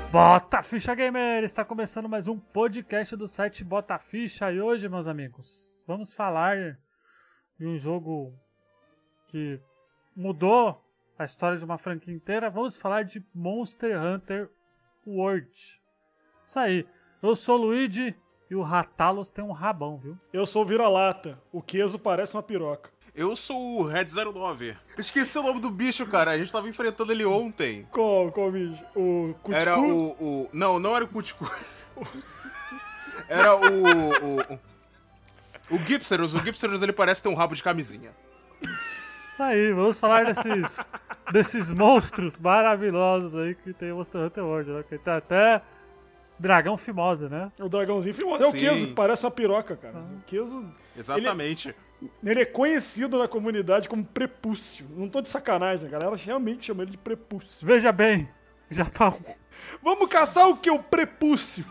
Bota Ficha Gamer! Está começando mais um podcast do site Bota Ficha e hoje, meus amigos, vamos falar de um jogo que mudou a história de uma franquia inteira. Vamos falar de Monster Hunter World. Isso aí, eu sou o Luigi e o Ratalos tem um rabão, viu? Eu sou o Vira-Lata, o Queso parece uma piroca. Eu sou o Red 09. Eu esqueci o nome do bicho, cara. A gente tava enfrentando ele ontem. Qual bicho? O Cuticu? Era o... Não era o Cuticu. Era o Gipserus. O Gipserus, ele parece ter um rabo de camisinha. Isso aí, vamos falar desses monstros maravilhosos aí que tem o Monster Hunter World, né? Que tem até dragão Fimose, né? O dragãozinho Fimose. É o Sim. Queso, parece uma piroca, cara. O Queso... Exatamente. Ele é conhecido na comunidade como prepúcio. Não tô de sacanagem, a galera realmente chama ele de prepúcio. Veja bem, Japão. Vamos caçar o que? O prepúcio.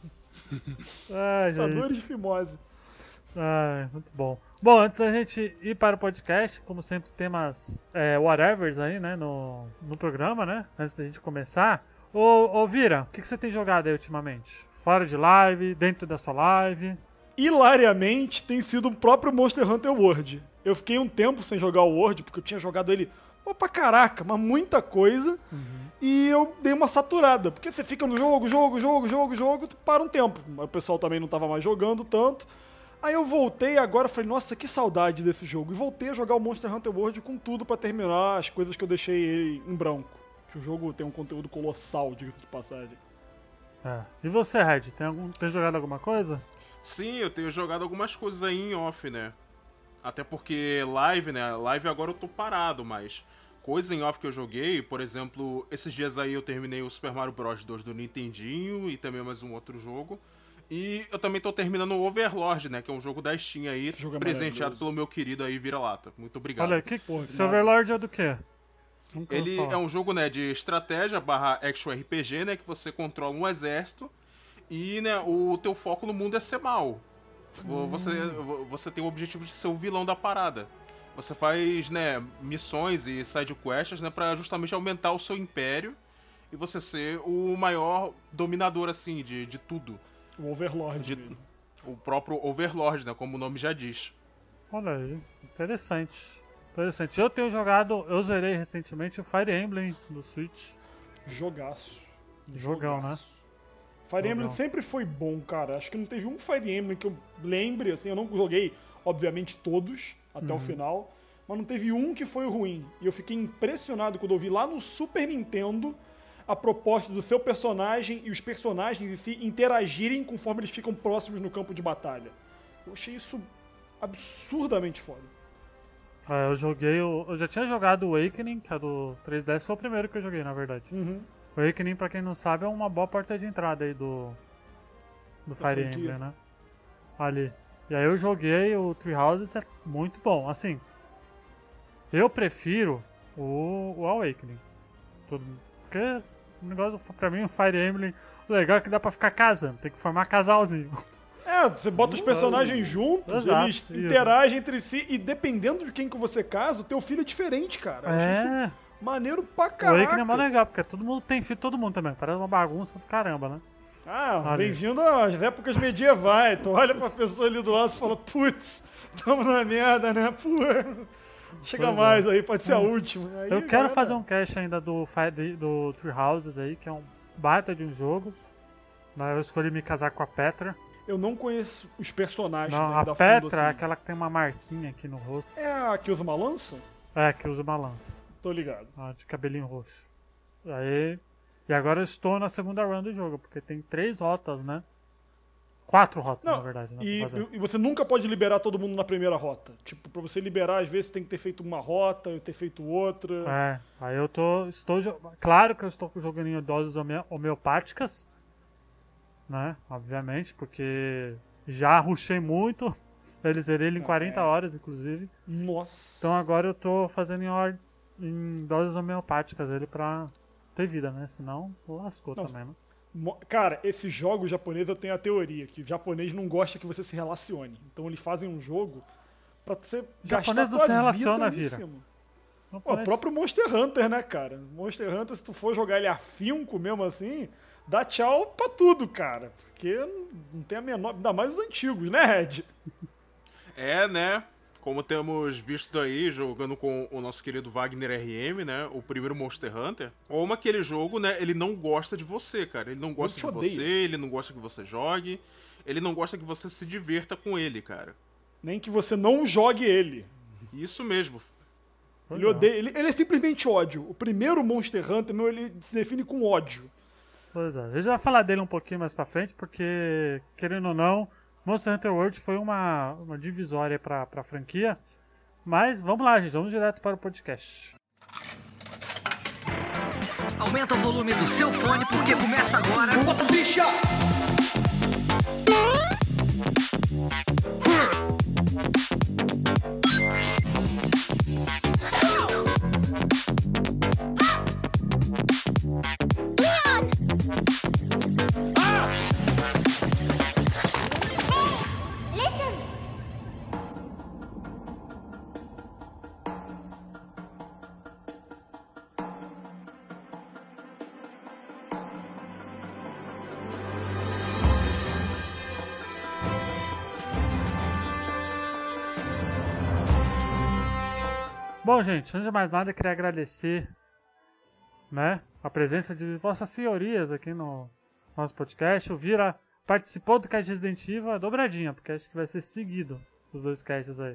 Ai, Caçadores de Fimose. Ai, muito bom. Bom, antes da gente ir para o podcast, como sempre, temas whatevers aí, né, no programa, né? Antes da gente começar. Ô Vira, o que você tem jogado aí ultimamente? Fora de live, dentro da sua live? Hilariamente, tem sido o próprio Monster Hunter World. Eu fiquei um tempo sem jogar o World, porque eu tinha jogado ele, opa, caraca, mas muita coisa. E eu dei uma saturada, porque você fica no jogo, para um tempo. O pessoal também não tava mais jogando tanto. Aí eu voltei agora, falei, nossa, que saudade desse jogo. E voltei a jogar o Monster Hunter World com tudo pra terminar as coisas que eu deixei ele em branco. Que o jogo tem um conteúdo colossal, diga-se de passagem. E você, Red, tem jogado alguma coisa? Sim, eu tenho jogado algumas coisas aí em off, né? Até porque live, né? Live agora eu tô parado, mas coisa em off que eu joguei, por exemplo, esses dias aí eu terminei o Super Mario Bros 2 do Nintendinho e também mais um outro jogo. E eu também tô terminando o Overlord, né? Que é um jogo da Steam aí, presenteado pelo meu querido aí, Vira-Lata. Muito obrigado. Olha, esse Overlord é do quê? Ele é um jogo, né, de estratégia / action RPG, né? Que você controla um exército e, né, o teu foco no mundo é ser mal. Você tem o objetivo de ser o vilão da parada. Você faz, né, missões e side quests, né, pra justamente aumentar o seu império e você ser o maior dominador, assim, de tudo. O Overlord. O próprio Overlord, né, como o nome já diz. Olha aí, interessante. Eu zerei recentemente o Fire Emblem do Switch. Jogaço. Jogão, né? Fire Emblem sempre foi bom, cara. Acho que não teve um Fire Emblem que eu lembre, assim, eu não joguei, obviamente, todos até o final, mas não teve um que foi ruim. E eu fiquei impressionado quando eu vi lá no Super Nintendo a proposta do seu personagem e os personagens em si interagirem conforme eles ficam próximos no campo de batalha. Eu achei isso absurdamente foda. Eu já tinha jogado o Awakening, que é do 3DS, foi o primeiro que eu joguei, na verdade. O Awakening, pra quem não sabe, é uma boa porta de entrada aí do Fire Emblem, né? Ali. E aí eu joguei o Three Houses, é muito bom. Assim, eu prefiro o Awakening. Porque o negócio, pra mim, o Fire Emblem, o legal é que dá pra ficar casando, tem que formar casalzinho. Você bota os personagens juntos, exato, eles interagem entre si e dependendo de quem que você casa, o teu filho é diferente, cara. Eu achei isso maneiro pra O caraca. Awakening é mó legal, porque todo mundo tem filho, todo mundo também. Parece uma bagunça do caramba, né? Bem-vindo às épocas medievais. Tu olha pra pessoa ali do lado e fala, putz, tamo na merda, né? Chega mais aí, pode ser a última. Aí, eu quero fazer um cast ainda do Three Houses aí, que é um baita de um jogo. Eu escolhi me casar com a Petra. Eu não conheço os personagens ainda a Petra assim. É aquela que tem uma marquinha aqui no rosto. É a que usa uma lança? É, que usa uma lança. Tô ligado. De cabelinho roxo. E agora eu estou na segunda run do jogo, porque tem 3 rotas, né? 4 rotas, na verdade. Né, e você nunca pode liberar todo mundo na primeira rota. Tipo, pra você liberar, às vezes tem que ter feito uma rota, ter feito outra. Aí eu estou... Claro que eu estou jogando em doses homeopáticas, né? Obviamente, porque já rushei muito. Zerei ele em 40 horas, inclusive. Nossa! Então agora eu tô fazendo em doses homeopáticas ele pra ter vida, né? Senão lascou também, né? Cara, esses jogos japoneses eu tenho a teoria que o japonês não gosta que você se relacione. Então eles fazem um jogo pra você gastar tua vida relaciona, em cima. O próprio Monster Hunter, né, cara? Monster Hunter, se tu for jogar ele afinco mesmo assim, dá tchau pra tudo, cara. Porque não tem a menor... Ainda mais os antigos, né, Red? É, né? Como temos visto aí, jogando com o nosso querido Wagner RM, né? O primeiro Monster Hunter. Como aquele jogo, né? Ele não gosta de você, cara. Ele não gosta de você, ele não gosta que você jogue. Ele não gosta que você se divirta com ele, cara. Nem que você não jogue ele. Isso mesmo. Ele odeia. Ele é simplesmente ódio. O primeiro Monster Hunter, ele se define com ódio. Pois é. Eu já vou falar dele um pouquinho mais pra frente, porque, querendo ou não, Monster Hunter World foi uma divisória pra franquia. Mas vamos lá, gente. Vamos direto para o podcast. Aumenta o volume do seu fone, porque começa agora... Bicha! Bom, gente, antes de mais nada, eu queria agradecer, né, a presença de vossas senhorias aqui no nosso podcast. O Vira participou do cast Resident Evil, dobradinha, porque acho que vai ser seguido os dois casts aí.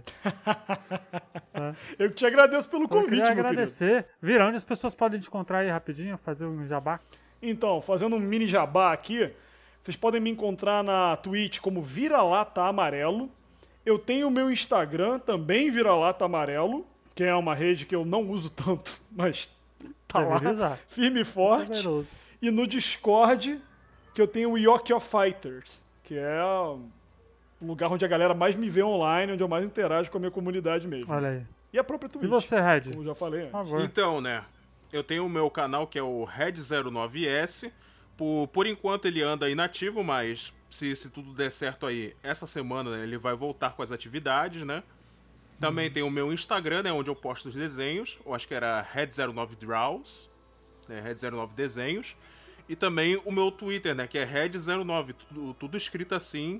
Né? Eu te agradeço pelo convite, meu querido. Agradecer. Vira, onde as pessoas podem te encontrar aí rapidinho, fazer um jabá? Então, fazendo um mini jabá aqui, vocês podem me encontrar na Twitch como Vira-Lata Amarelo. Eu tenho o meu Instagram, também Vira-Lata Amarelo, que é uma rede que eu não uso tanto, mas tá lá, usar. Firme e forte. E no Discord, que eu tenho o Yokio Fighters, que é o lugar onde a galera mais me vê online, onde eu mais interajo com a minha comunidade mesmo. Olha aí. E a própria Twitch. E você, Red? Como já falei antes. Por favor. Então, né, eu tenho o meu canal que é o Red09S. Por enquanto ele anda inativo, mas se tudo der certo aí, essa semana, né, ele vai voltar com as atividades, né? Também tem o meu Instagram, né, onde eu posto os desenhos. Eu acho que era Red09Draws, né, Red09 Desenhos. E também o meu Twitter, né, que é Red09, tudo escrito assim,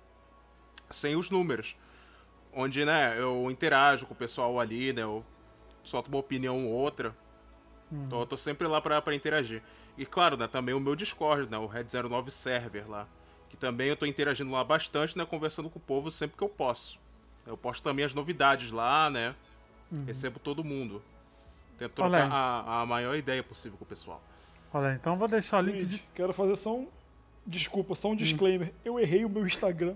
sem os números. Onde, né, eu interajo com o pessoal ali, né, eu solto uma opinião ou outra. Então eu tô sempre lá pra interagir. E claro, né, também o meu Discord, né, o Red09 Server lá. Que também eu tô interagindo lá bastante, né, conversando com o povo sempre que eu posso. Eu posto também as novidades lá, né? Recebo todo mundo. Tento trocar a maior ideia possível com o pessoal. Olha, então eu vou deixar o link de... Quero fazer só um... Desculpa, só um disclaimer. Eu errei o meu Instagram.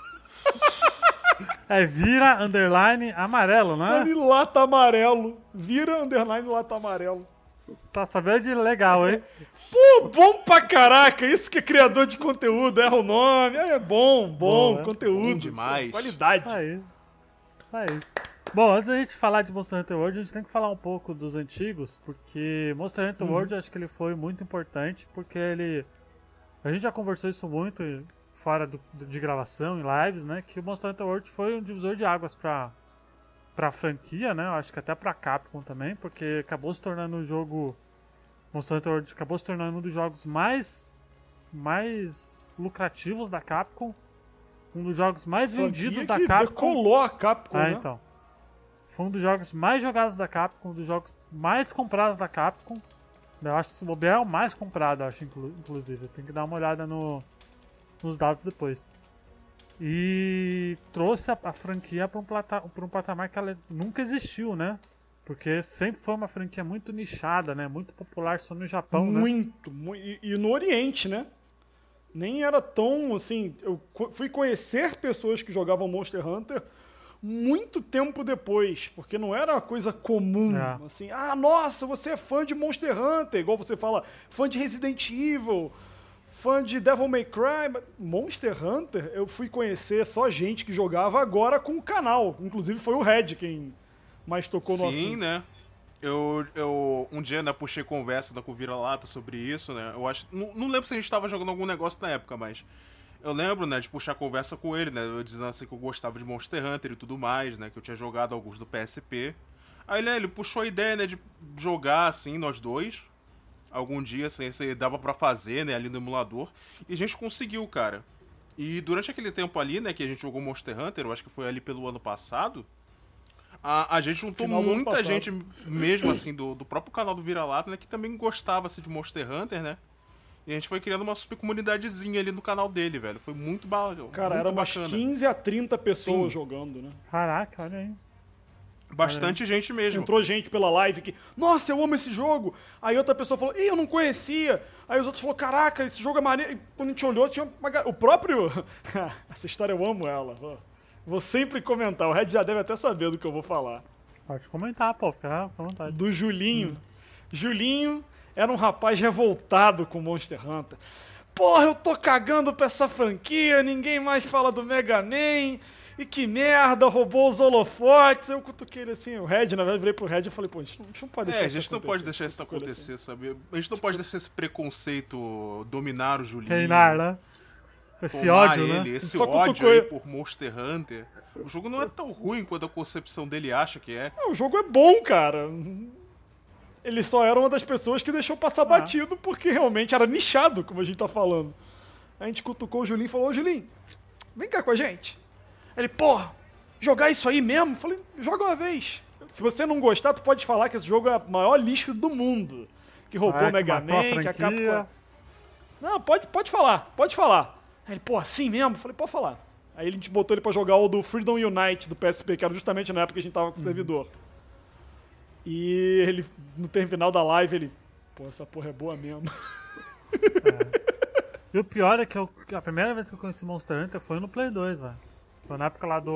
É Vira _ amarelo, né? Lata amarelo. Vira _ lata amarelo. Tá sabendo de legal, hein? Pô, bom pra caraca. Isso que é criador de conteúdo. Erra o nome. É bom, conteúdo. Bom demais. Qualidade. Isso aí. Bom, antes da gente falar de Monster Hunter World, a gente tem que falar um pouco dos antigos, porque Monster Hunter World eu acho que ele foi muito importante, porque ele... A gente já conversou isso muito fora de gravação, em lives, né? Que o Monster Hunter World foi um divisor de águas pra franquia, né? Eu acho que até pra Capcom também, porque acabou se tornando um jogo... Monster Hunter World acabou se tornando um dos jogos mais lucrativos da Capcom, um dos jogos mais vendidos da Capcom. Decolou a Capcom, né? Então. Foi um dos jogos mais jogados da Capcom, um dos jogos mais comprados da Capcom. Eu acho que esse bobear é o mais comprado, acho, inclusive. Tem que dar uma olhada nos dados depois. E trouxe a franquia para um patamar que ela nunca existiu, né? Porque sempre foi uma franquia muito nichada, né? Muito popular só no Japão, muito, né? E no Oriente, né? Nem era tão, assim... Eu fui conhecer pessoas que jogavam Monster Hunter muito tempo depois, porque não era uma coisa comum, assim, nossa, você é fã de Monster Hunter, igual você fala, fã de Resident Evil, fã de Devil May Cry. Monster Hunter, eu fui conhecer só gente que jogava agora com o canal, inclusive foi o Red quem mais tocou no assunto. Sim, né? Eu um dia, né, puxei conversa com o Vira-Lata sobre isso, né? Eu acho, não lembro se a gente tava jogando algum negócio na época, mas eu lembro, né, de puxar conversa com ele, né? Eu dizendo assim que eu gostava de Monster Hunter e tudo mais, né? Que eu tinha jogado alguns do PSP. Aí ele puxou a ideia, né, de jogar assim, nós dois. algum dia, assim, dava pra fazer, né, ali no emulador. E a gente conseguiu, cara. E durante aquele tempo ali, né, que a gente jogou Monster Hunter, eu acho que foi ali pelo ano passado, a gente juntou muita gente mesmo, assim, do próprio canal do Vira-Lata, né, que também gostava, assim, de Monster Hunter, né? E a gente foi criando uma super comunidadezinha ali no canal dele, velho. Foi muito bacana. Cara, eram umas 15 a 30 pessoas jogando, né? Caraca, olha aí. Bastante gente mesmo. Entrou gente pela live que, nossa, eu amo esse jogo. Aí outra pessoa falou, eu não conhecia. Aí os outros falaram, caraca, esse jogo é maneiro. E quando a gente olhou, tinha o próprio... Essa história eu amo ela. Vou sempre comentar. O Red já deve até saber do que eu vou falar. Pode comentar, pô. Fica à vontade. Do Julinho. Julinho era um rapaz revoltado com Monster Hunter. Porra, eu tô cagando pra essa franquia, ninguém mais fala do Mega Man, e que merda, roubou os holofotes. Eu cutuquei ele assim, o Red, na verdade, virei pro Red e falei, pô, a gente não pode deixar isso acontecer. A gente não pode deixar isso acontecer, sabe? A gente não pode deixar esse preconceito dominar o Julinho. Reinar, né? Esse ódio, ele, né? Esse ódio aí por Monster Hunter. O jogo não é tão ruim quanto a concepção dele acha que é. O jogo é bom, cara. Ele só era uma das pessoas que deixou passar batido porque realmente era nichado, como a gente tá falando. A gente cutucou o Julinho e falou, ô Julinho, vem cá com a gente. Ele, porra, jogar isso aí mesmo? Eu falei, joga uma vez. Se você não gostar, tu pode falar que esse jogo é o maior lixo do mundo. Que roubou o Mega Man, que a Capcom... Não, pode falar, pode falar. Aí ele, pô, assim mesmo? Eu falei, pode falar. Aí a gente botou ele pra jogar o do Freedom Unite do PSP, que era justamente na época que a gente tava com o servidor. E ele, no final da live, ele... Pô, essa porra é boa mesmo. E o pior é que a primeira vez que eu conheci Monster Hunter foi no Play 2, velho. Foi na época lá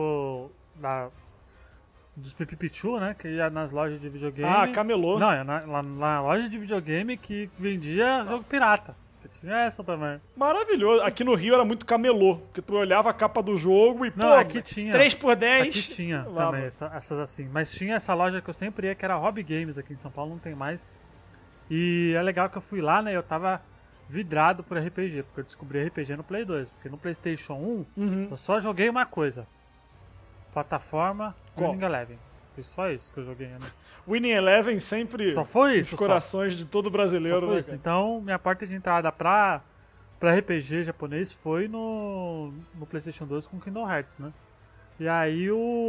dos Pipipichu, né? Que ia nas lojas de videogame. Ah, camelô. Não, é na loja de videogame que vendia jogo pirata. Que tinha essa também. Maravilhoso. Aqui no Rio era muito camelô. Porque tu olhava a capa do jogo e, não, pô, aqui tinha. 3x10. Aqui tinha também essas assim. Mas tinha essa loja que eu sempre ia, que era Hobby Games aqui em São Paulo, não tem mais. E é legal que eu fui lá, né? Eu tava vidrado por RPG, porque eu descobri RPG no Play 2. Porque no PlayStation 1, eu só joguei uma coisa. Plataforma Winning Eleven. Foi só isso que eu joguei, né? Winning Eleven sempre só foi isso, nos corações de todo brasileiro, né, cara? Então, minha porta de entrada pra RPG japonês foi no PlayStation 2 com Kingdom Hearts, né? E aí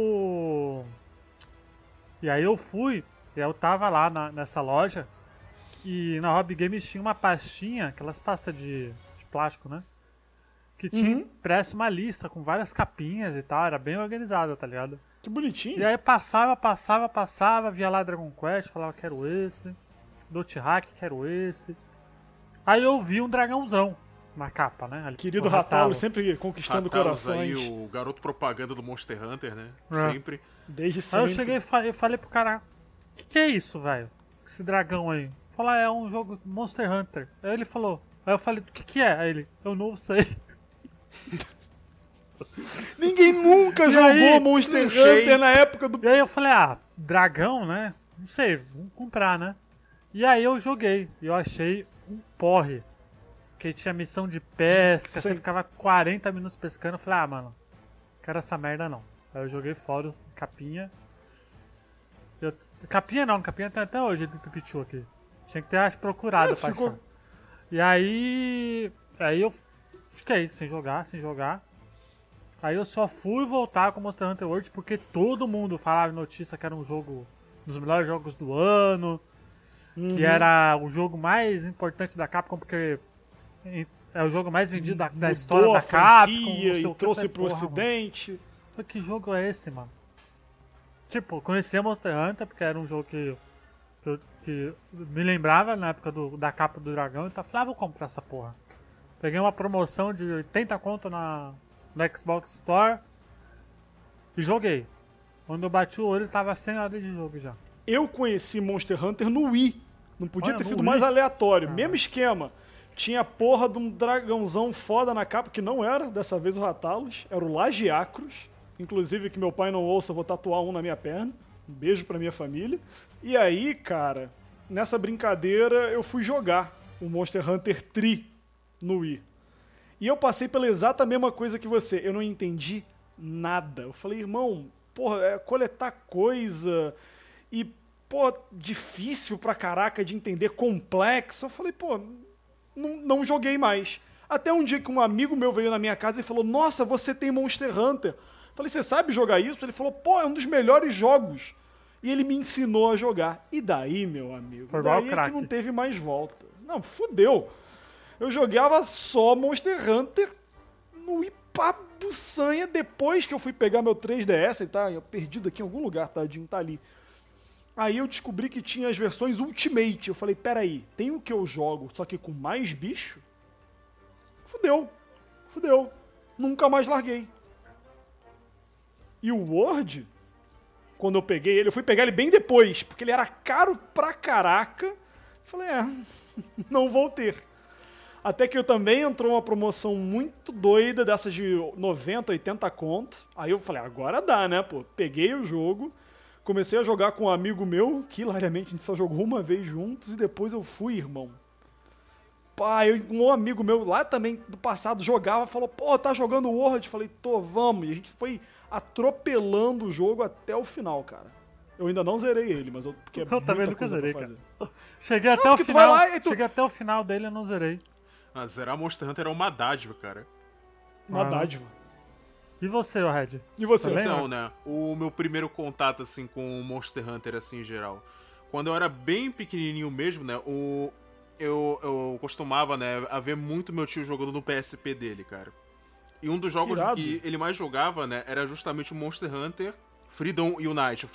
eu fui, e eu tava lá nessa loja, e na Hobby Games tinha uma pastinha, aquelas pastas de plástico, né? Que tinha impresso uma lista com várias capinhas e tal, era bem organizada, tá ligado? Que bonitinho. E aí passava, via lá Dragon Quest, falava quero esse, Dot Hack, quero esse. Aí eu vi um dragãozão na capa, né? Ali, querido Rathalos, sempre conquistando corações. Aí, o garoto propaganda do Monster Hunter, né? Sempre. Desde sempre. Aí eu cheguei e falei pro cara, que é isso, velho? Esse dragão aí. Falar, é um jogo Monster Hunter. Aí ele falou, aí eu falei, o que é? Aí ele, eu não sei. Ninguém nunca jogou Monster Hunter na época do... E aí eu falei, dragão, né? Não sei, vamos comprar, né? E aí eu joguei, e eu achei um porre. Que tinha missão de pesca, você ficava 40 minutos pescando. Eu falei, mano, quero essa merda não. Aí eu joguei fora, capinha. Capinha tem até hoje do Pipichu aqui. Tinha que ter procurado a paixão. E aí eu fiquei sem jogar. Aí eu só fui voltar com Monster Hunter World porque todo mundo falava em notícia que era um jogo dos melhores jogos do ano, que era o jogo mais importante da Capcom porque é o jogo mais vendido da história da Capcom. E trouxe pro ocidente. Mano, que jogo é esse, mano? Tipo, conhecia Monster Hunter porque era um jogo que me lembrava na época da capa do dragão, então eu falei, vou comprar essa porra. Peguei uma promoção de 80 conto na Xbox Store e joguei. Quando eu bati o olho, tava 100 horas de jogo já. Eu conheci Monster Hunter no Wii. Não podia ter sido mais aleatório. Mesmo esquema. Tinha a porra de um dragãozão foda na capa, que não era, dessa vez, o Rathalos. Era o Lagiacros. Inclusive, que meu pai não ouça, eu vou tatuar um na minha perna. Um beijo pra minha família. E aí, cara, nessa brincadeira, eu fui jogar o Monster Hunter 3 no Wii. E eu passei pela exata mesma coisa que você. Eu não entendi nada. Eu falei, irmão, porra, é coletar coisa. E, pô, difícil pra caraca de entender, complexo. Eu falei, pô, não joguei mais. Até um dia que um amigo meu veio na minha casa e falou, nossa, você tem Monster Hunter. Eu falei, você sabe jogar isso? Ele falou, pô, é um dos melhores jogos. E ele me ensinou a jogar. E daí, meu amigo, daí é que não teve mais volta. Não, fudeu. Eu jogava só Monster Hunter no Ipabuçanha depois que eu fui pegar meu 3DS e tá perdido aqui em algum lugar, tadinho, tá ali. Aí eu descobri que tinha as versões Ultimate. Eu falei, peraí, tem o que eu jogo, só que com mais bicho? Fudeu. Nunca mais larguei. E o World, quando eu peguei ele, eu fui pegar ele bem depois, porque ele era caro pra caraca. Falei, não vou ter. Até que eu também entrou uma promoção muito doida, dessas de 90, 80 conto. Aí eu falei, agora dá, né, pô? Peguei o jogo, comecei a jogar com um amigo meu, que hilariamente a gente só jogou uma vez juntos, e depois eu fui, irmão. Um amigo meu lá também do passado jogava, falou, pô, tá jogando World? Falei, tô, vamos. E a gente foi atropelando o jogo até o final, cara. Eu ainda não zerei ele, mas porque eu também nunca zerei, cara. Cheguei até o final dele e não zerei. Zerar Monster Hunter é uma dádiva, cara. Uma dádiva. E você, Red? E você? Então, né, o meu primeiro contato, assim, com o Monster Hunter, assim, em geral. Quando eu era bem pequenininho mesmo, né, eu costumava, né, a ver muito meu tio jogando no PSP dele, cara. E um dos jogos que ele mais jogava, né, era justamente o Monster Hunter Freedom Unite.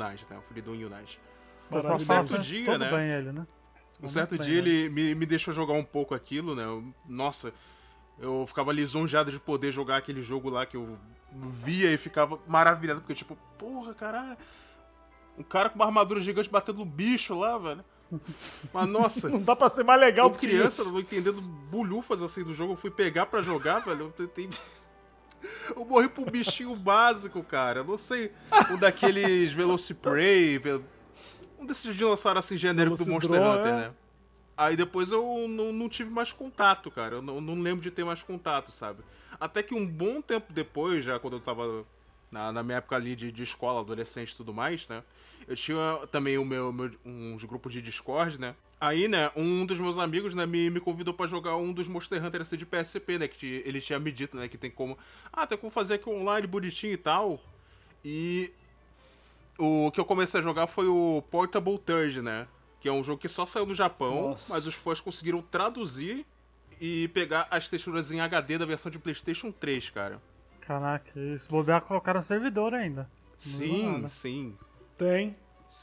Um certo dia, né? Bem ele, né? Um certo dia ele me deixou jogar um pouco aquilo, né? Nossa, eu ficava lisonjeado de poder jogar aquele jogo lá que eu via e ficava maravilhado, porque tipo, porra, caralho, um cara com uma armadura gigante batendo no bicho lá, velho. Mas nossa, não dá pra ser mais legal do que criança, isso. não entendendo bulhufas assim do jogo, eu fui pegar pra jogar, velho, eu morri pro bichinho básico, cara. Eu não sei, um daqueles Velociprey, um desses dinossauros assim genéricos do Monster Hunter, né? Aí depois eu não tive mais contato, cara. Eu não lembro de ter mais contato, sabe? Até que um bom tempo depois, já quando eu tava na minha época ali de escola, adolescente e tudo mais, né? Eu tinha também uns grupos de Discord, né? Aí, né, um dos meus amigos, né, me convidou pra jogar um dos Monster Hunter assim, de PSP, né? Que ele tinha me dito, né, que tem como fazer aqui online bonitinho e tal. E o que eu comecei a jogar foi o Portable Third, né? Que é um jogo que só saiu no Japão, mas os fãs conseguiram traduzir e pegar as texturas em HD da versão de PlayStation 3, cara. Caraca, isso. Bobear, colocaram servidor ainda. Sim. Tem.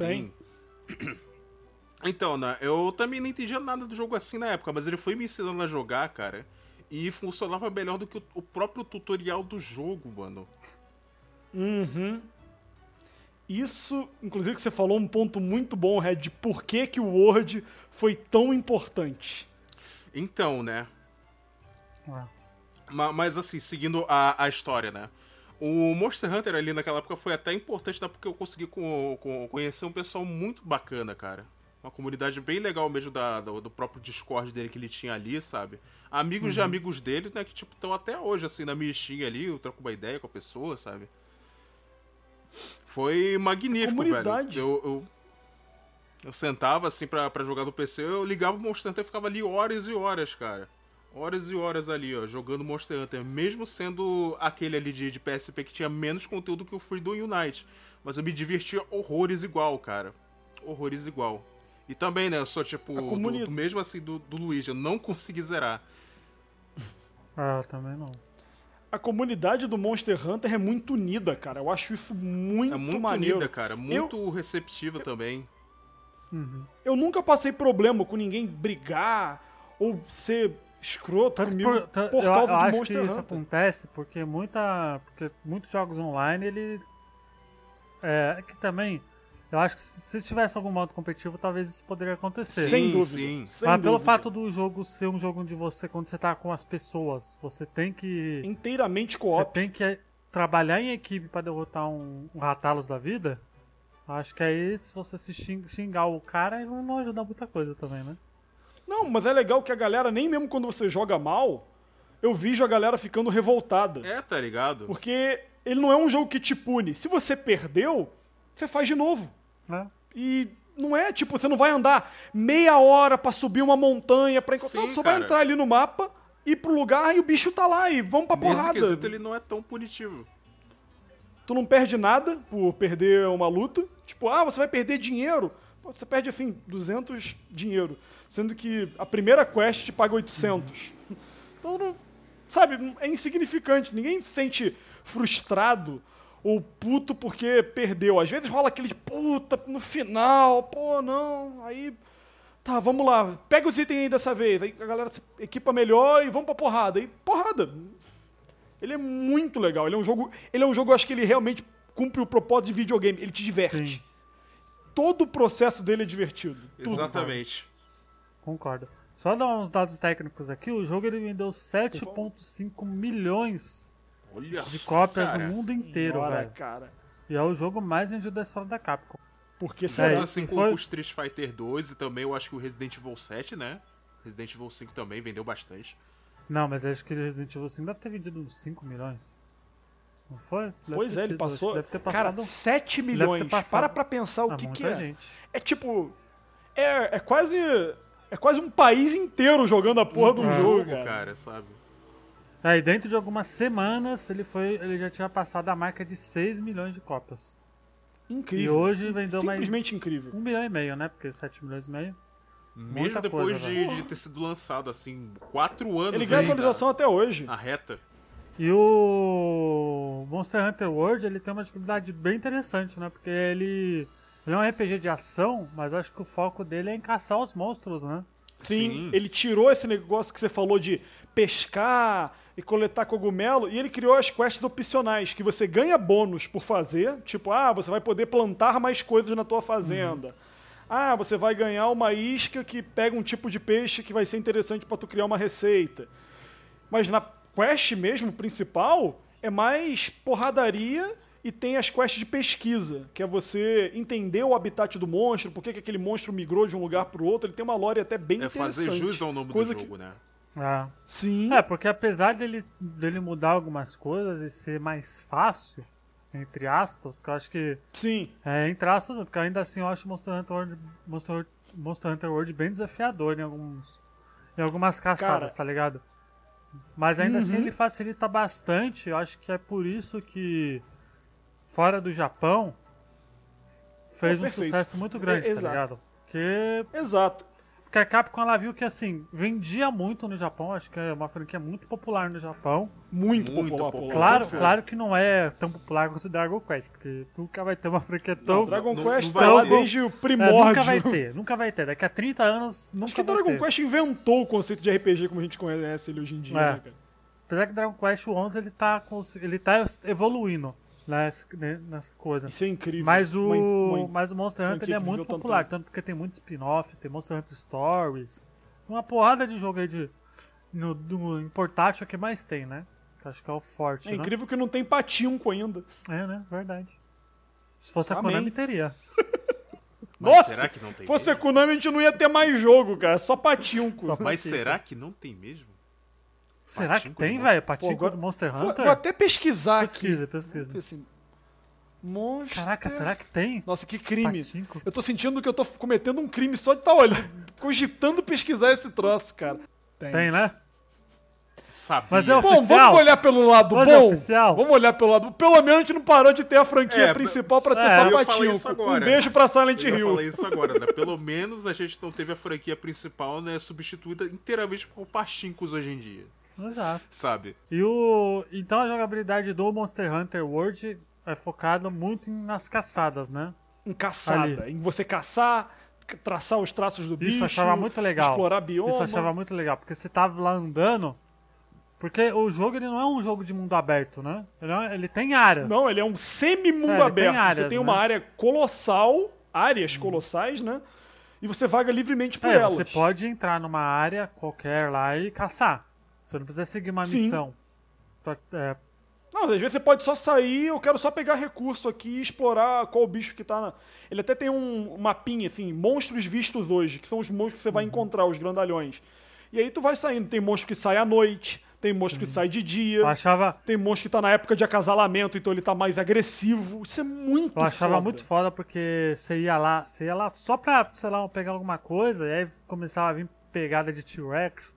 Então, né, eu também não entendia nada do jogo assim na época, mas ele foi me ensinando a jogar, cara, e funcionava melhor do que o próprio tutorial do jogo, mano. Uhum. Isso, inclusive, que você falou um ponto muito bom, Red, de por que o World foi tão importante. Então, né? Mas assim, seguindo a história, né? O Monster Hunter ali naquela época foi até importante, tá? Porque eu consegui conhecer um pessoal muito bacana, cara. Uma comunidade bem legal mesmo do próprio Discord dele que ele tinha ali, sabe? Amigos de amigos dele, né? Que tipo, estão até hoje, assim, na minha Steam ali, eu troco uma ideia com a pessoa, sabe? Foi magnífico, velho. Eu sentava, assim, pra jogar no PC, eu ligava o Monster Hunter e ficava ali horas e horas, cara. Horas e horas ali, ó, jogando Monster Hunter. Mesmo sendo aquele ali de PSP que tinha menos conteúdo que o Freedom Unite. Mas eu me divertia horrores igual, cara. Horrores igual. E também, né, eu sou, tipo, do mesmo assim do Luigi. Eu não consegui zerar. Também não. A comunidade do Monster Hunter é muito unida, cara. Eu acho isso muito maneiro. Unida, cara. Muito receptiva também. Eu nunca passei problema com ninguém brigar ou ser escroto comigo por causa do Monster Hunter. Eu acho que isso acontece porque muitos jogos online, ele... que também... Eu acho que se tivesse algum modo competitivo, talvez isso poderia acontecer. Sem dúvida. Sim. Mas pelo fato do jogo ser um jogo onde você, quando você tá com as pessoas, você tem que... inteiramente co-op. Você tem que trabalhar em equipe pra derrotar um Ratalos da vida. Acho que aí, se você se xingar o cara, não ajuda muita coisa também, né? Não, mas é legal que a galera, nem mesmo quando você joga mal, eu vejo a galera ficando revoltada. Tá ligado? Porque ele não é um jogo que te pune. Se você perdeu, você faz de novo. E não é tipo, você não vai andar meia hora pra subir uma montanha pra encontrar. Sim, Não, você vai cara. entrar ali no mapa, ir pro lugar e o bicho tá lá e vamos pra Nesse porrada. quesito ele não é tão punitivo. Tu não perde nada por perder uma luta. Tipo, você vai perder dinheiro. Pô, você perde, assim, 200 dinheiro. Sendo que a primeira quest te paga 800. Então, não, sabe, é insignificante. Ninguém se sente frustrado ou puto porque perdeu. Às vezes rola aquele de puta no final. Pô, não. Aí, tá, vamos lá. Pega os itens aí dessa vez. Aí a galera se equipa melhor e vamos pra porrada. Aí, porrada. Ele é muito legal. Ele é um jogo, eu acho que ele realmente cumpre o propósito de videogame. Ele te diverte. Sim. Todo o processo dele é divertido. Tudo. Exatamente. Concordo. Só dar uns dados técnicos aqui, o jogo ele vendeu 7,5 milhões Olha de cópias cara. no mundo inteiro, Bora, velho. cara. E é o jogo mais vendido da história da Capcom. Porque É, será? Assim e como foi- o Street Fighter 2 e também eu acho que o Resident Evil 7, né? Resident Evil 5 também vendeu bastante. Não, mas acho que o Resident Evil 5 deve ter vendido uns 5 milhões. Não foi? Deve Pois ter é, ele sido, passou. acho que Deve ter Cara, passado 7 deve ter milhões. passado. Pra pensar o a que muita é. gente. É tipo. É quase. É quase um país inteiro jogando a porra de um jogo, cara. sabe? Aí dentro de algumas semanas ele já tinha passado a marca de 6 milhões de cópias. Incrível. E hoje vendeu mais Simplesmente incrível. 1,5 milhão, né? Porque 7 milhões e meio. Mesmo Muita depois coisa, de ter sido lançado, assim, 4 anos Ele ganha ainda atualização até hoje. na reta. E o Monster Hunter World, ele tem uma dificuldade bem interessante, né? Porque ele é um RPG de ação, mas acho que o foco dele é em caçar os monstros, né? Sim, ele tirou esse negócio que você falou de pescar e coletar cogumelo e ele criou as quests opcionais, que você ganha bônus por fazer, tipo, você vai poder plantar mais coisas na tua fazenda. Você vai ganhar uma isca que pega um tipo de peixe que vai ser interessante pra tu criar uma receita. Mas na quest mesmo, principal, é mais porradaria e tem as quests de pesquisa, que é você entender o habitat do monstro, por que aquele monstro migrou de um lugar pro outro. Ele tem uma lore até bem É interessante. fazer jus ao nome do jogo, né? Ah. Sim. É, porque apesar dele mudar algumas coisas e ser mais fácil, entre aspas, porque eu acho que Sim. entre aspas, porque ainda assim eu acho Monster Hunter World bem desafiador em algumas caçadas, tá ligado? Mas ainda assim ele facilita bastante. Eu acho que é por isso que fora do Japão fez um perfeito. sucesso muito grande, tá Exato. ligado? Exato. Porque a Capcom ela viu que assim, vendia muito no Japão, acho que é uma franquia muito popular no Japão. Muito Muito popular. popular. Claro, Sempre foi. claro que não é tão popular quanto o Dragon Quest, porque nunca vai ter uma franquia tão. Dragon não Quest vai tá lá ter. desde o É, primórdio. nunca vai ter. Daqui a 30 anos nunca Acho que vai Dragon ter. Quest inventou o conceito de RPG como a gente conhece ele hoje em dia, É. né, cara? Apesar que Dragon Quest 11 ele tá evoluindo nessa coisa. Isso é incrível. Mas Uma o Monster Hunter ele é franquia que muito viveu popular, tanto tanto porque tem muito spin-off, tem Monster Hunter Stories, uma porrada de jogo aí em portátil é que mais tem, né? Que acho que é o forte, É né? incrível que não tem patinco ainda. É, né? Verdade. Se fosse a Amém. Konami, teria. Mas Nossa! será que não tem Fosse a mesmo? Konami, a gente não ia ter mais jogo, cara. Só patinco. Só Mas Patinco. será que não tem mesmo? Será que Patinco tem, do velho? Pô, Patinco agora- do Monster Vou Hunter? até pesquisar aqui. Pesquisa. Assim, Monster... Caraca, será que tem? Nossa, que crime. Patinco? Eu tô sentindo que eu tô cometendo um crime só de estar olhando, cogitando pesquisar esse troço, cara. Tem, né? Sabia. Mas é Bom, oficial? vamos olhar pelo lado Mas é bom. oficial? Vamos olhar pelo lado. Pelo menos a gente não parou de ter a franquia principal pra ter eu só ia falar patinho. isso agora. Um beijo pra Silent Eu ia Hill. falar isso agora, né? Pelo menos a gente não teve a franquia principal, né, substituída inteiramente por pachincos hoje em dia, Exato. sabe? Então a jogabilidade do Monster Hunter World é focada muito nas caçadas, né? Em caçada. Ali. Em você caçar, traçar os traços do bicho. Isso eu achava muito legal. Explorar bioma. Isso eu achava muito legal, porque você tava lá andando. Porque o jogo ele não é um jogo de mundo aberto, né? Ele tem áreas. Não, ele é um semi-mundo ele tem aberto. Você áreas, tem uma né? área colossal, áreas colossais, né? E você vaga livremente por É, elas. você pode entrar numa área qualquer lá e caçar. Você não precisa seguir uma Sim. missão. Não, às vezes você pode só sair, eu quero só pegar recurso aqui e explorar qual bicho que tá na... Ele até tem um mapinha, assim, monstros vistos hoje, que são os monstros que você vai encontrar, os grandalhões. E aí tu vai saindo, tem monstro que sai à noite, tem monstro que sai de dia, tem monstro que tá na época de acasalamento, então ele tá mais agressivo. Isso é muito foda. Eu achava muito foda porque você ia lá só pra, sei lá, pegar alguma coisa, e aí começava a vir pegada de T-Rex.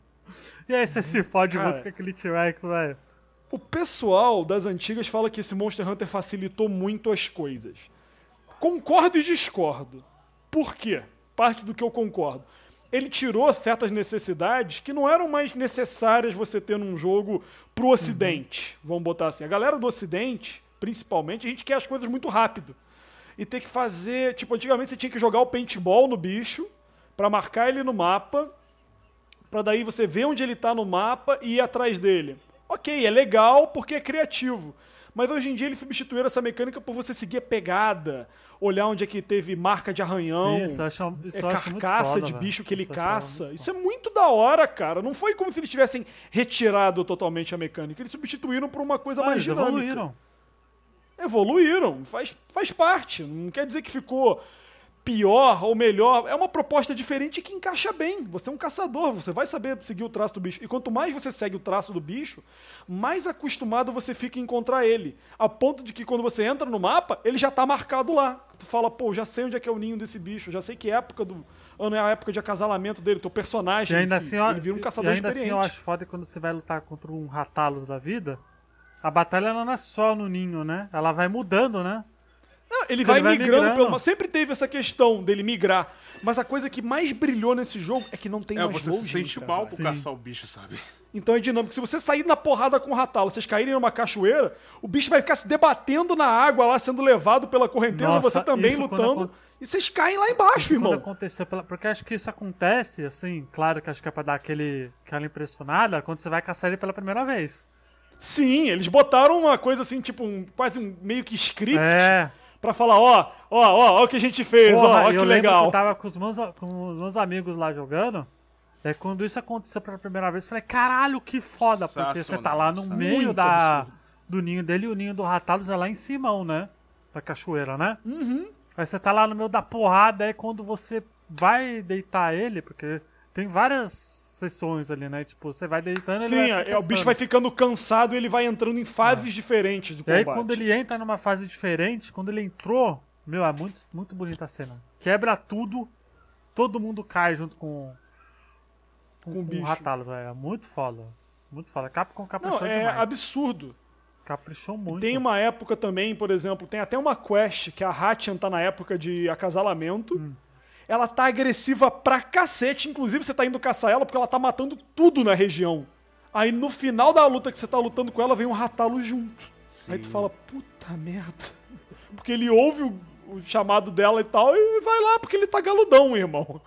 E aí você se fode muito com aquele T-Rex, velho. O pessoal das antigas fala que esse Monster Hunter facilitou muito as coisas. Concordo e discordo. Por quê? Parte do que eu concordo. Ele tirou certas necessidades que não eram mais necessárias você ter num jogo pro Ocidente. Vamos botar assim. A galera do Ocidente, principalmente, a gente quer as coisas muito rápido. E ter que fazer... Tipo, antigamente você tinha que jogar o paintball no bicho pra marcar ele no mapa, pra daí você ver onde ele tá no mapa e ir atrás dele. Ok, é legal porque é criativo. Mas hoje em dia eles substituíram essa mecânica por você seguir a pegada, olhar onde é que teve marca de arranhão, isso carcaça foda, de bicho véio. que ele caça. Isso é muito da hora, cara. Não foi como se eles tivessem retirado totalmente a mecânica. Eles substituíram por uma coisa mais dinâmica. Evoluíram. Faz parte. Não quer dizer que ficou pior ou melhor. É uma proposta diferente que encaixa bem. Você é um caçador, você vai saber seguir o traço do bicho. E quanto mais você segue o traço do bicho, mais acostumado você fica em encontrar ele. A ponto de que quando você entra no mapa, ele já tá marcado lá. Tu fala, pô, já sei onde é que é o ninho desse bicho, já sei que época do ano é a época de acasalamento dele, teu personagem. E ainda assim, ele vira um caçador experiente. Assim eu acho foda quando você vai lutar contra um Ratalos da vida, a batalha não é só no ninho, né? Ela vai mudando, né? Não, ele vai migrando. Sempre teve essa questão dele migrar. Mas a coisa que mais brilhou nesse jogo é que não tem mais você se sente mal por caçar o bicho, sabe? Então é dinâmico. Se você sair na porrada com o Ratalo, vocês caírem numa cachoeira, o bicho vai ficar se debatendo na água lá, sendo levado pela correnteza, você também lutando. E vocês caem lá embaixo, irmão. Aconteceu porque acho que isso acontece, assim, claro que acho que é pra dar aquela impressionada quando você vai caçar ele pela primeira vez. Sim, eles botaram uma coisa assim, tipo, quase meio que script. Pra falar, ó o que a gente fez, ó que legal. Eu tava com os meus amigos lá jogando, daí quando isso aconteceu pela primeira vez, eu falei, caralho, que foda, porque você tá lá no meio do ninho dele e o ninho do Ratalos é lá em cima, né? Da cachoeira, né? Uhum. Aí você tá lá no meio da porrada, aí quando você vai deitar ele, porque tem várias sessões ali, né? Tipo, você vai deitando, ele vai o bicho vai ficando cansado e ele vai entrando em fases diferentes do combate. E aí quando ele entra numa fase diferente, quando ele entrou, é muito, muito bonita a cena. Quebra tudo, todo mundo cai junto com o bicho. Ratalos, é muito foda. Muito foda. Capcom caprichou demais. É absurdo. Caprichou muito. Tem uma época também, por exemplo, tem até uma quest que a Hatchan tá na época de acasalamento. Ela tá agressiva pra cacete, inclusive você tá indo caçar ela porque ela tá matando tudo na região. Aí no final da luta que você tá lutando com ela, vem um Ratalo junto. Sim. Aí tu fala, puta merda. Porque ele ouve o chamado dela e tal, e vai lá porque ele tá galudão, irmão.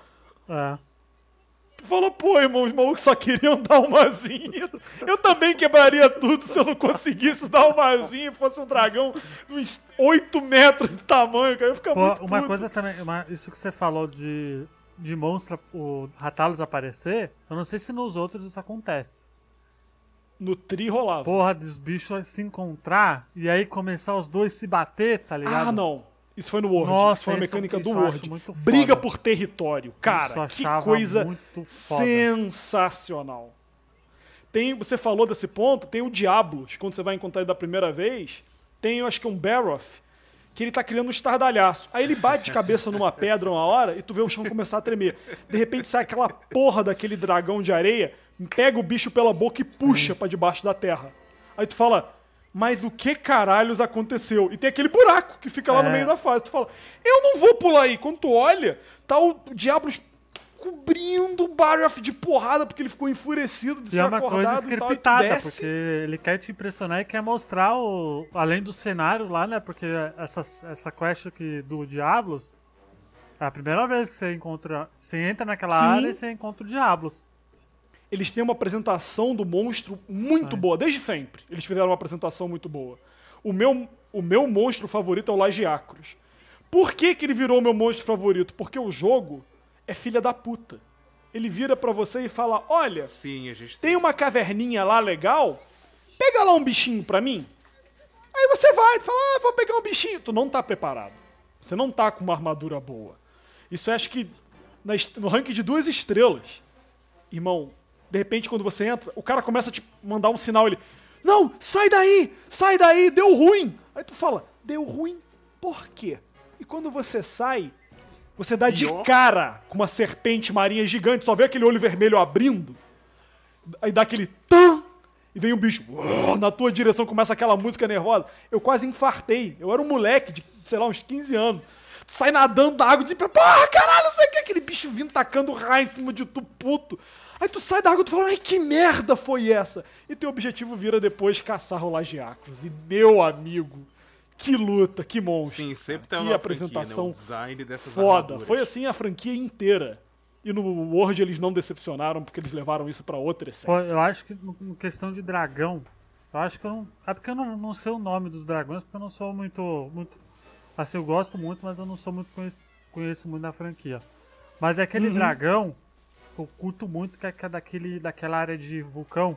Tu fala, pô, irmão, os malucos só queriam dar uma asinha. Eu também quebraria tudo se eu não conseguisse dar uma asinha e fosse um dragão de uns 8 metros de tamanho, cara. Eu ficar muito uma puto. coisa também, isso que você falou de monstro, o Ratalos aparecer, eu não sei se nos outros isso acontece. No tri rolava. Porra, dos bichos se encontrar e aí começar os dois se bater, tá ligado? Ah, não. Isso foi no World. Nossa, isso foi a mecânica do World. Briga por território. Cara, que coisa sensacional. Você falou desse ponto, tem o Diablos, quando você vai encontrar ele da primeira vez, tem, eu acho que um Baroth, que ele tá criando um estardalhaço. Aí ele bate de cabeça numa pedra uma hora e tu vê o chão começar a tremer. De repente sai aquela porra daquele dragão de areia, pega o bicho pela boca e puxa pra debaixo da terra. Aí tu fala, mas o que caralhos aconteceu? E tem aquele buraco que fica lá no meio da fase. Tu fala, eu não vou pular aí. Quando tu olha, tá o Diablos cobrindo o Baroth de porrada porque ele ficou enfurecido de ser acordado. É uma coisa scriptada, porque ele quer te impressionar e quer mostrar além do cenário lá, né? Porque essa quest aqui do Diablos é a primeira vez que você entra naquela área e você encontra o Diablos. Eles têm uma apresentação do monstro muito boa, desde sempre. Eles fizeram uma apresentação muito boa. O meu monstro favorito é o Lagiacros. Por que ele virou o meu monstro favorito? Porque o jogo é filha da puta. Ele vira pra você e fala, olha, sim, a gente tem uma caverninha lá legal, pega lá um bichinho pra mim. Aí você vai, tu fala, vou pegar um bichinho. Tu não tá preparado. Você não tá com uma armadura boa. Isso acho que no ranking de 2 estrelas, irmão, de repente, quando você entra, o cara começa a te mandar um sinal, ele... Não, sai daí, deu ruim. Aí tu fala, deu ruim por quê? E quando você sai, você dá de cara com uma serpente marinha gigante, só vê aquele olho vermelho abrindo, aí dá aquele tam, e vem um bicho na tua direção, começa aquela música nervosa. Eu quase infartei, eu era um moleque de, sei lá, uns 15 anos. Tu sai nadando da água, de porra, caralho, não sei o que, aquele bicho vindo tacando raio em cima de tu, puto. Aí tu sai da água e tu fala, ai, que merda foi essa? E teu objetivo vira depois caçar Rolagiacos. E, meu amigo, que luta, que monstro. Sim, sempre tem que uma apresentação franquia, né? O design dessas foda. armaduras. Foi assim a franquia inteira. E no World eles não decepcionaram, porque eles levaram isso pra outra essência. Pô, eu acho que, em questão de dragão, eu acho que eu não... É porque eu não sei o nome dos dragões, porque eu não sou muito... Assim, eu gosto muito, mas eu não sou muito... Conheço muito da franquia. Mas é aquele dragão... Eu curto muito, que é daquela área de vulcão.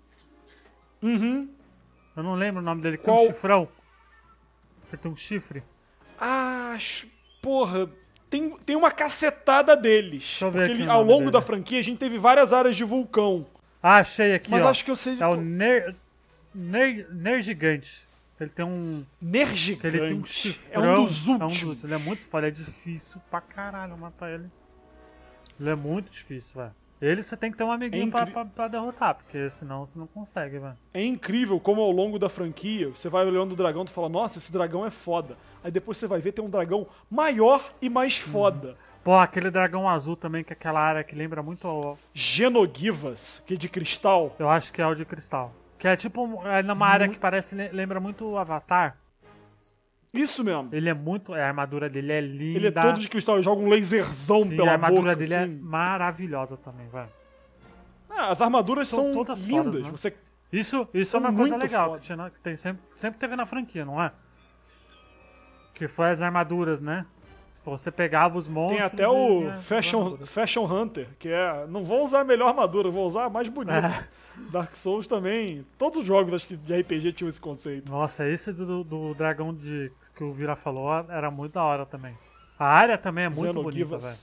Uhum. Eu não lembro o nome dele, que Qual? tem um chifrão. Ele tem um chifre. Ah, porra, tem uma cacetada deles. Deixa eu ver Porque aqui o ao nome longo dele. da franquia a gente teve várias áreas de vulcão. Ah, achei aqui, Mas ó. acho que eu sei de É o qual. Nergigante. Ele tem um... Nergigante. Ele tem um chifrão. É um dos últimos. Ele é muito foda, é difícil pra caralho matar ele. Ele é muito difícil, velho. Ele você tem que ter um amiguinho pra derrotar, porque senão você não consegue, velho. É incrível como ao longo da franquia, você vai olhando o dragão e fala, nossa, esse dragão é foda. Aí depois você vai ver, tem um dragão maior e mais foda. Pô, aquele dragão azul também, que é aquela área que lembra muito... Genogivas, que é de cristal. Eu acho que é o de cristal. Que é tipo é numa área que lembra muito o Avatar. Isso mesmo. Ele é muito... A armadura dele é linda. Ele é todo de cristal, ele joga um laserzão Sim, pela a armadura boca. dele assim. é maravilhosa também, velho. As armaduras são todas lindas. fodas, né? Você Isso é São uma coisa muito legal, foda. que, que tem sempre teve na franquia, não é? Que foi as armaduras, né? Você pegava os monstros... tem até e o vinha as Fashion armaduras. Hunter, que é... Não vou usar a melhor armadura, vou usar a mais bonita. É. Dark Souls também. Todos os jogos acho que, de RPG tinham esse conceito. Nossa, esse do dragão que o Vira falou era muito da hora também. A área também é muito bonita, velho.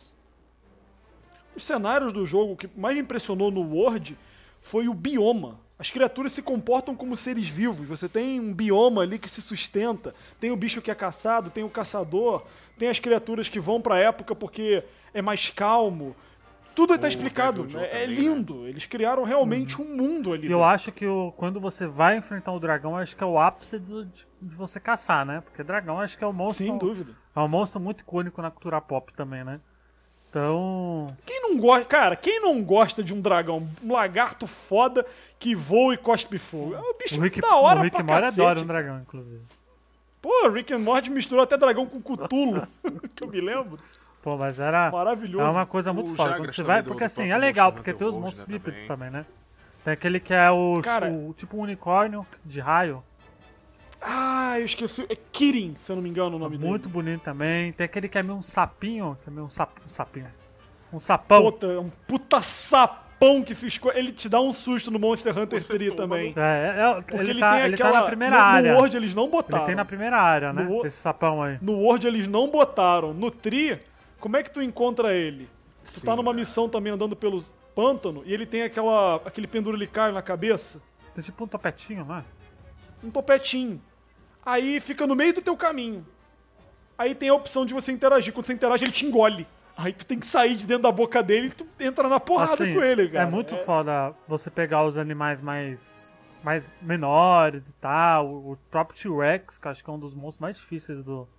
Os cenários do jogo, o que mais me impressionou no World foi o bioma. As criaturas se comportam como seres vivos. Você tem um bioma ali que se sustenta. Tem o bicho que é caçado, tem o caçador, tem as criaturas que vão pra época porque é mais calmo. Tudo está explicado. Devil Joe É também, lindo. Eles criaram realmente um mundo ali. E eu acho que quando você vai enfrentar o dragão, acho que é o ápice de você caçar, né? Porque dragão acho que é um monstro... Sem dúvida. É um monstro muito icônico na cultura pop também, né? Então... Quem não gosta, cara, quem não gosta de um dragão, um lagarto foda que voa e cospe fogo? É um bicho da hora o Rick pra Mori cacete. adora um dragão, inclusive. Pô, Rick and Morty misturou até dragão com Cthulhu, que eu me lembro. Pô, mas era... Maravilhoso. É uma coisa muito O foda. Jagras Quando você também vai... do Porque assim, próprio é legal, Monster porque Hunter tem os World, monstros né, bípedes também. também, né? Tem aquele que é Cara- tipo um unicórnio de raio. Ah, eu esqueci. É Kirin, se eu não me engano o nome Muito dele. bonito também. Tem aquele que é meio um sapinho. Que é meio um sapinho. Um sapão. Puta, é um puta sapão que fiz. Ele te dá um susto no Monster Hunter Você 3 toma também. Porque Porque ele tá na primeira no, área. No World eles não botaram. Ele tem na primeira área, né? No- Esse sapão aí. No World eles não botaram. No Tri, como é que tu encontra ele? Tu tá numa missão também andando pelos pântano e ele tem aquele pendurulicário na cabeça. Tem tipo um topetinho, né? Um topetinho. Aí fica no meio do teu caminho. Aí tem a opção de você interagir. Quando você interage, ele te engole. Aí tu tem que sair de dentro da boca dele e tu entra na porrada Assim, com ele, cara. É muito foda você pegar os animais mais menores e tal. O próprio T-Rex, que acho que é um dos monstros mais difíceis do...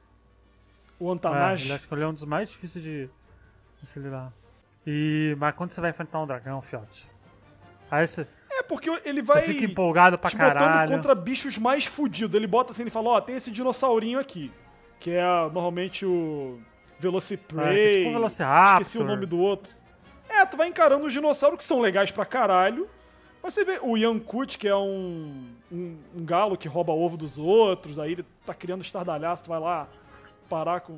O Antanage. Acho que ele é um dos mais difíceis de se lidar. Mas quando você vai enfrentar um dragão, fiote. Aí você Porque ele vai fica empolgado pra te botando caralho. contra bichos mais fudidos. Ele bota assim, ele fala, ó, tem esse dinossaurinho aqui. Que é normalmente o Velociprey. Que é tipo o Velociraptor. Esqueci o nome do outro. Tu vai encarando os dinossauros que são legais pra caralho. Mas você vê o Yankut, que é um galo que rouba ovo dos outros. Aí ele tá criando estardalhaço, tu vai lá parar com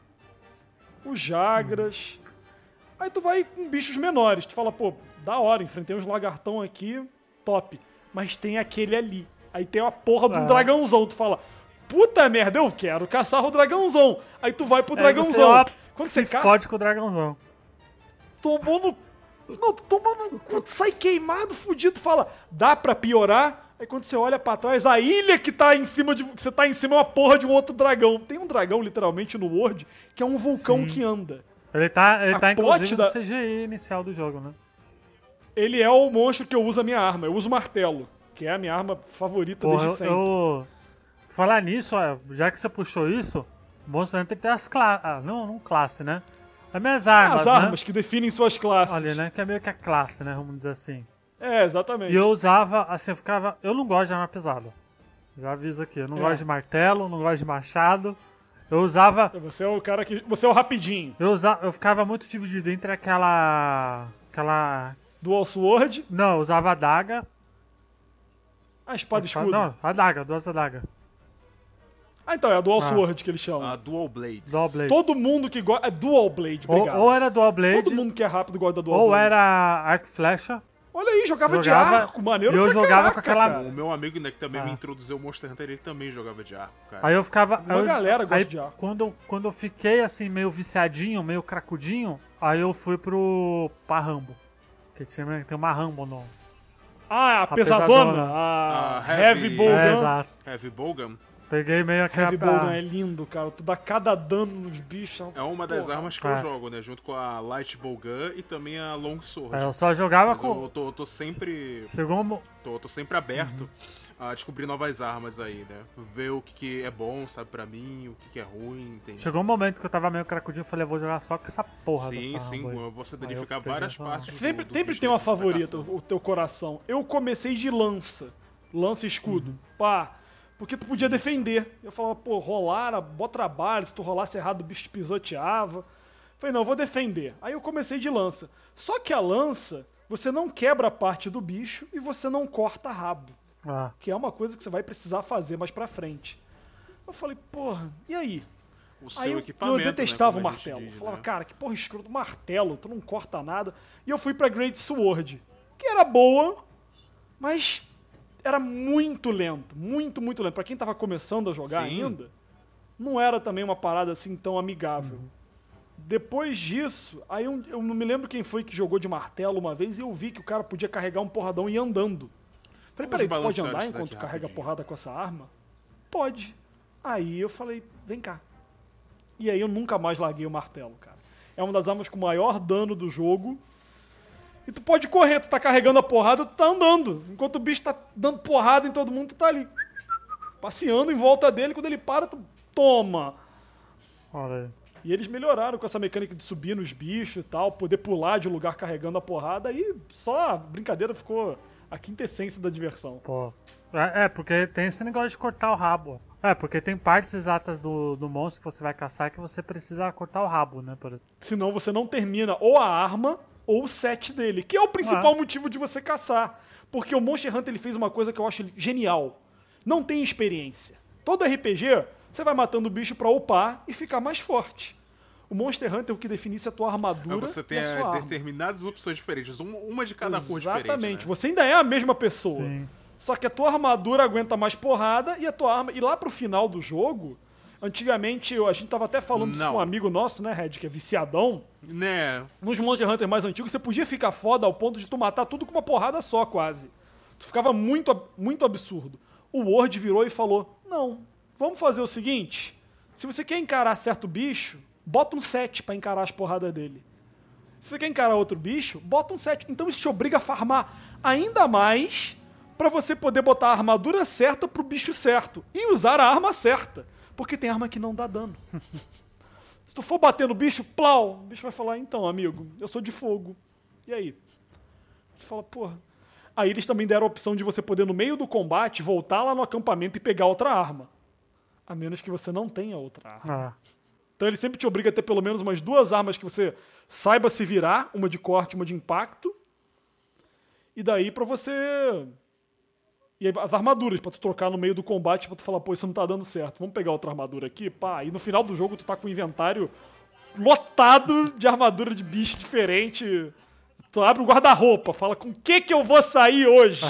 o Jagras. Aí tu vai com bichos menores. Tu fala, pô, da hora, enfrentei uns lagartão aqui, top. Mas tem aquele ali. Aí tem a porra do dragãozão. Tu fala, puta merda, eu quero caçar o dragãozão. Aí tu vai pro dragãozão. Quando você caça, fode com o dragãozão. tomou no Não, tu toma no cu, tu sai queimado, fudido, fala, dá pra piorar? Aí quando você olha pra trás, a ilha que tá em cima de... Você tá em cima é uma porra de um outro dragão. Tem um dragão, literalmente, no World, que é um vulcão que anda. Ele tá inclusive da... no CGI inicial do jogo, né? Ele é o monstro que eu uso a minha arma. Eu uso o martelo, que é a minha arma favorita desde sempre. Falar nisso, ó, já que você puxou isso, o Monster Hunter tem as classes... não classe, né? As minhas armas, as armas, né? Que definem suas classes. Olha, né? Que é meio que a classe, né? Vamos dizer assim. É, exatamente. E eu usava, assim, eu não gosto de arma pesada. Já aviso aqui. Eu não gosto de martelo, não gosto de machado. Eu usava... Você é o cara que... Você é o rapidinho. Eu ficava muito dividido entre aquela... Dual Sword? Não, eu usava a adaga. A espada e escudo? Não, duas adagas. Ah, então, é a Dual Sword que eles chamam. A Dual Blade. Todo mundo que gosta... É Dual Blade, obrigado. Ou era Dual Blade... Todo mundo que é rápido gosta da Dual Blade. Ou era Arco e Flecha. Olha aí, jogava de arco, maneiro pra jogava caraca, com aquela... cara. O meu amigo, né, que também me introduziu o Monster Hunter, ele também jogava de arco, cara. Aí eu ficava... Uma galera gosta de arco. Quando eu fiquei, assim, meio viciadinho, meio cracudinho, aí eu fui pra Rambo. Que tem uma Rambo no... Ah, a pesadona? A Heavy Bowgun. É, exato. Heavy Bowgun. Peguei meio aquela... Heavy Bowgun é lindo, cara. Tu dá cada dano nos bichos. É uma das armas que eu jogo, né? Junto com a Light Bowgun e também a Long Sword. Eu só jogava com... Eu tô sempre... Tô sempre aberto a descobrir novas armas aí, né? Ver o que é bom, sabe, pra mim, o que é ruim, entende? Chegou um momento que eu tava meio cracudinho e falei, eu vou jogar só com essa porra dessa arma. Sim, você danificar várias partes Sempre tem uma favorita, o teu coração. Eu comecei de lança e escudo. Pá, porque tu podia defender. Eu falava, pô, rolar, bom trabalho, se tu rolasse errado o bicho te pisoteava. Falei, não, eu vou defender. Aí eu comecei de lança. Só que a lança, você não quebra a parte do bicho e você não corta rabo. Que é uma coisa que você vai precisar fazer mais pra frente. Eu falei, porra, e aí? O seu equipamento, eu detestava, né, o martelo. Eu falava, cara, que porra escroto, martelo, tu não corta nada. E eu fui pra Great Sword, que era boa, mas era muito lento, muito lento. Pra quem tava começando a jogar ainda, não era também uma parada assim tão amigável. Depois disso, aí eu não me lembro quem foi que jogou de martelo uma vez e eu vi que o cara podia carregar um porradão e ir andando. Falei, peraí, tu pode andar enquanto carrega porrada com essa arma? Pode. Aí eu falei, vem cá. E aí eu nunca mais larguei o martelo, cara. É uma das armas com maior dano do jogo. E tu pode correr, tu tá carregando a porrada, tu tá andando. Enquanto o bicho tá dando porrada em todo mundo, tu tá ali passeando em volta dele. Quando ele para, tu toma. Olha aí. E eles melhoraram com essa mecânica de subir nos bichos e tal, poder pular de lugar carregando a porrada. Aí só a brincadeira ficou a quintessência da diversão. Pô. Porque tem esse negócio de cortar o rabo. Porque tem partes exatas do monstro que você vai caçar que você precisa cortar o rabo, né? Senão você não termina ou a arma ou o set dele, que é o principal motivo de você caçar. Porque o Monster Hunter ele fez uma coisa que eu acho genial. Não tem experiência. Todo RPG, você vai matando o bicho pra upar e ficar mais forte. O Monster Hunter, o que define é a tua armadura você tem e a sua arma. determinadas opções diferentes, uma de cada cor diferente. Exatamente. Né? Você ainda é a mesma pessoa. Sim. Só que a tua armadura aguenta mais porrada e a tua arma... E lá pro final do jogo, antigamente, a gente tava até falando isso com um amigo nosso, né, Red, que é viciadão. Né? Nos Monster Hunter mais antigos, você podia ficar foda ao ponto de tu matar tudo com uma porrada só, quase. Tu ficava muito absurdo. O Word virou e falou, não, vamos fazer o seguinte, se você quer encarar certo bicho, bota um 7 pra encarar as porradas dele. Se você quer encarar outro bicho, bota um 7. Então isso te obriga a farmar ainda mais pra você poder botar a armadura certa pro bicho certo. E usar a arma certa. Porque tem arma que não dá dano. Se tu for bater no bicho, plau, o bicho vai falar, então, amigo, eu sou de fogo. E aí? Você fala, porra. Aí eles também deram a opção de você poder, no meio do combate, voltar lá no acampamento e pegar outra arma. A menos que você não tenha outra arma. Então ele sempre te obriga a ter pelo menos umas 2 armas que você saiba se virar, uma de corte, uma de impacto. E daí pra você... E aí, as armaduras, pra tu trocar no meio do combate, pra tu falar, pô, isso não tá dando certo. Vamos pegar outra armadura aqui, pá. E no final do jogo tu tá com o inventário lotado de armadura de bicho diferente. Tu abre o guarda-roupa, fala, com o que eu vou sair hoje?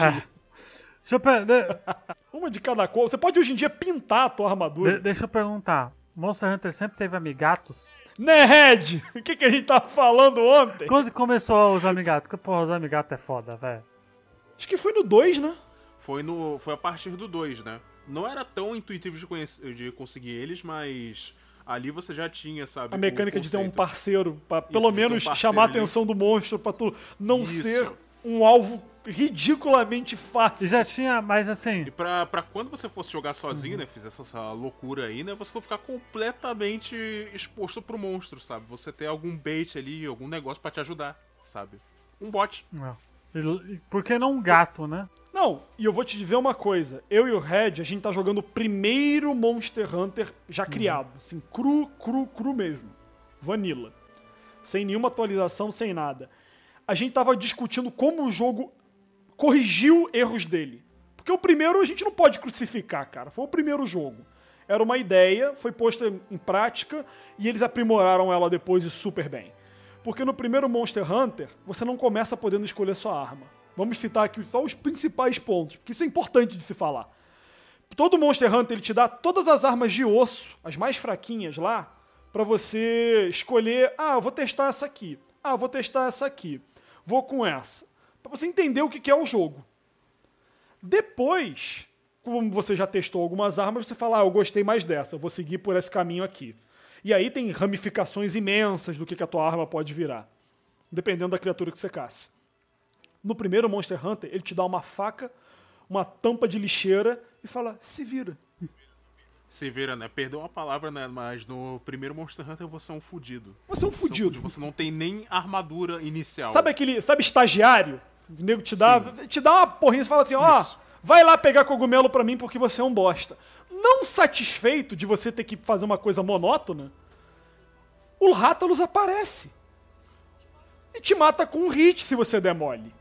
Deixa eu uma de cada cor. Você pode hoje em dia pintar a tua armadura. Deixa eu perguntar. Monster Hunter sempre teve amigatos. Né, Red? O que a gente tava falando ontem? Quando começou os amigatos? Porque, porra, os amigatos é foda, velho. Acho que foi no 2, né? Foi a partir do 2, né? Não era tão intuitivo de conseguir eles, mas ali você já tinha, sabe? A mecânica de ter um parceiro, pra pelo menos chamar a atenção do monstro, pra tu não ser um alvo ridiculamente fácil. E já tinha, mas assim... E pra quando você fosse jogar sozinho, né, fizesse essa loucura aí, né, você não ficar completamente exposto pro monstro, sabe? Você ter algum bait ali, algum negócio pra te ajudar, sabe? Um bot. Não. Por que não um gato, né? Não, e eu vou te dizer uma coisa. Eu e o Red, a gente tá jogando o primeiro Monster Hunter já criado. Assim, cru mesmo. Vanilla. Sem nenhuma atualização, sem nada. A gente tava discutindo como o jogo corrigiu erros dele. Porque o primeiro a gente não pode crucificar, cara. Foi o primeiro jogo. Era uma ideia, foi posta em prática e eles aprimoraram ela depois e super bem. Porque no primeiro Monster Hunter, você não começa podendo escolher sua arma. Vamos citar aqui só os principais pontos, porque isso é importante de se falar. Todo Monster Hunter ele te dá todas as armas de osso, as mais fraquinhas lá, pra você escolher, eu vou testar essa aqui. Vou testar essa aqui. Vou com essa. Pra você entender o que é o jogo. Depois, como você já testou algumas armas, você fala, eu gostei mais dessa, eu vou seguir por esse caminho aqui. E aí tem ramificações imensas do que a tua arma pode virar, dependendo da criatura que você caça. No primeiro Monster Hunter, ele te dá uma faca, uma tampa de lixeira e fala, se vira. Se vira, né? Perdeu uma palavra, né? Mas no primeiro Monster Hunter você é um fudido. Você é um fudido. Você não tem nem armadura inicial. Sabe estagiário? O nego te dá uma porrinha e fala assim, vai lá pegar cogumelo pra mim porque você é um bosta. Não satisfeito de você ter que fazer uma coisa monótona, o Rathalos aparece. E te mata com um hit se você der mole.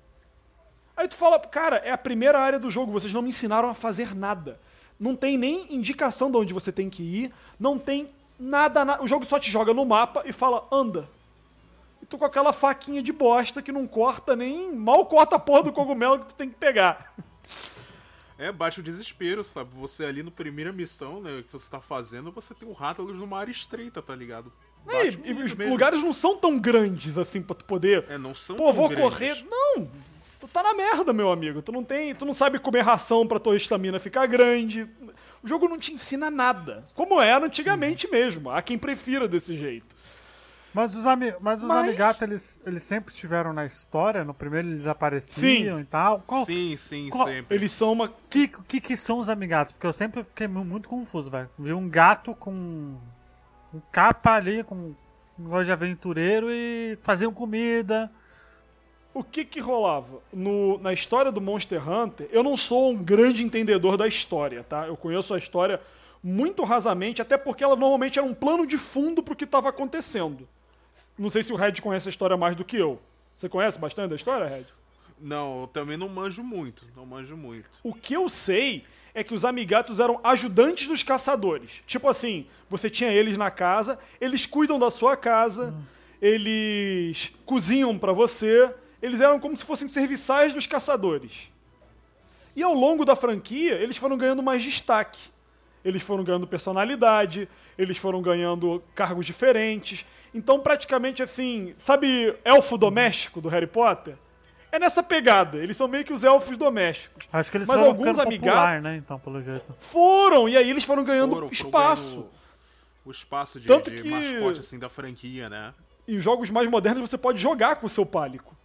Aí tu fala, cara, é a primeira área do jogo, vocês não me ensinaram a fazer nada. Não tem nem indicação de onde você tem que ir, não tem nada, o jogo só te joga no mapa e fala, anda. E tu com aquela faquinha de bosta que não corta mal corta a porra do cogumelo que tu tem que pegar. Bate o desespero, sabe? Você ali na primeira missão, né, que você tá fazendo, você tem um Rathalos numa área estreita, tá ligado? E os lugares não são tão grandes assim pra tu poder... não são tão grandes. Correr... Não! Tu tá na merda, meu amigo. Tu não sabe comer ração pra tua estamina ficar grande. O jogo não te ensina nada. Como era antigamente mesmo. Há quem prefira desse jeito. Mas os amigatos, eles sempre estiveram na história? No primeiro eles apareciam e tal? Sim, sempre. Eles são uma... O que são os amigatos? Porque eu sempre fiquei muito confuso, velho. Vi um gato com um capa ali, com um negócio de aventureiro e faziam comida... O que rolava? Na história do Monster Hunter, eu não sou um grande entendedor da história, tá? Eu conheço a história muito rasamente, até porque ela normalmente era um plano de fundo pro que estava acontecendo. Não sei se o Red conhece a história mais do que eu. Você conhece bastante da história, Red? Não, eu também não manjo muito. O que eu sei é que os amigatos eram ajudantes dos caçadores. Tipo assim, você tinha eles na casa, eles cuidam da sua casa, eles cozinham pra você... Eles eram como se fossem serviçais dos caçadores. E ao longo da franquia, eles foram ganhando mais destaque. Eles foram ganhando personalidade, eles foram ganhando cargos diferentes. Então, praticamente assim, sabe elfo doméstico do Harry Potter? É nessa pegada. Eles são meio que os elfos domésticos. Acho que eles Mas foram alguns popular, né? Então, pelo jeito. Foram, e aí eles foram ganhando espaço. O espaço de mascote assim, da franquia, né? Em jogos mais modernos, você pode jogar com o seu pálico.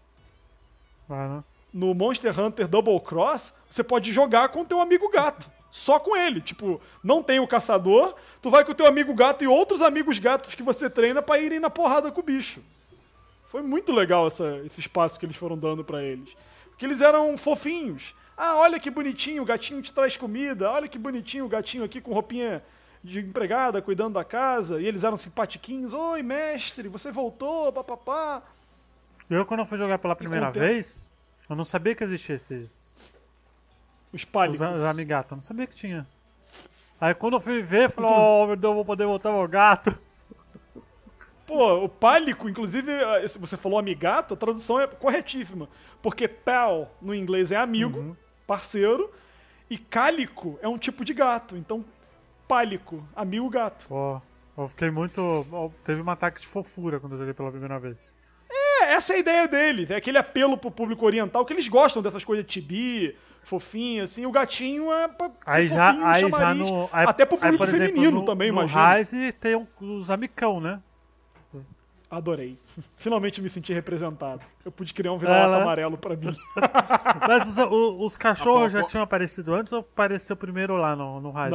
No Monster Hunter Double Cross, você pode jogar com o teu amigo gato. Só com ele. Tipo, não tem o caçador, tu vai com o teu amigo gato e outros amigos gatos que você treina pra irem na porrada com o bicho. Foi muito legal esse espaço que eles foram dando pra eles. Porque eles eram fofinhos. Olha que bonitinho, o gatinho te traz comida. Olha que bonitinho o gatinho aqui com roupinha de empregada, cuidando da casa. E eles eram simpatiquinhos. Oi, mestre, você voltou, papapá. Eu, quando eu fui jogar pela primeira vez, eu não sabia que existia esses... Os pálicos. Os amigatos, eu não sabia que tinha. Aí quando eu fui ver, eu falei, meu Deus, eu vou poder voltar ao gato. Pô, o pálico, inclusive, você falou amigato, a tradução é corretíssima. Porque pal, no inglês, é amigo, parceiro, e cálico é um tipo de gato. Então, Pálico, amigo gato. Pô, eu fiquei muito... Teve um ataque de fofura quando eu joguei pela primeira vez. Essa é a ideia dele, é aquele apelo pro público oriental, que eles gostam dessas coisas de chibi, fofinho, assim, o gatinho é pra Aí ser já, fofinho, aí já chamariz, no... até pro público por exemplo, feminino também, no imagina. Rise tem os amicão, né? Adorei. Finalmente me senti representado. Eu pude criar um vira-lata amarelo pra mim. Mas os cachorros já tinham aparecido antes ou apareceu primeiro lá no Rise?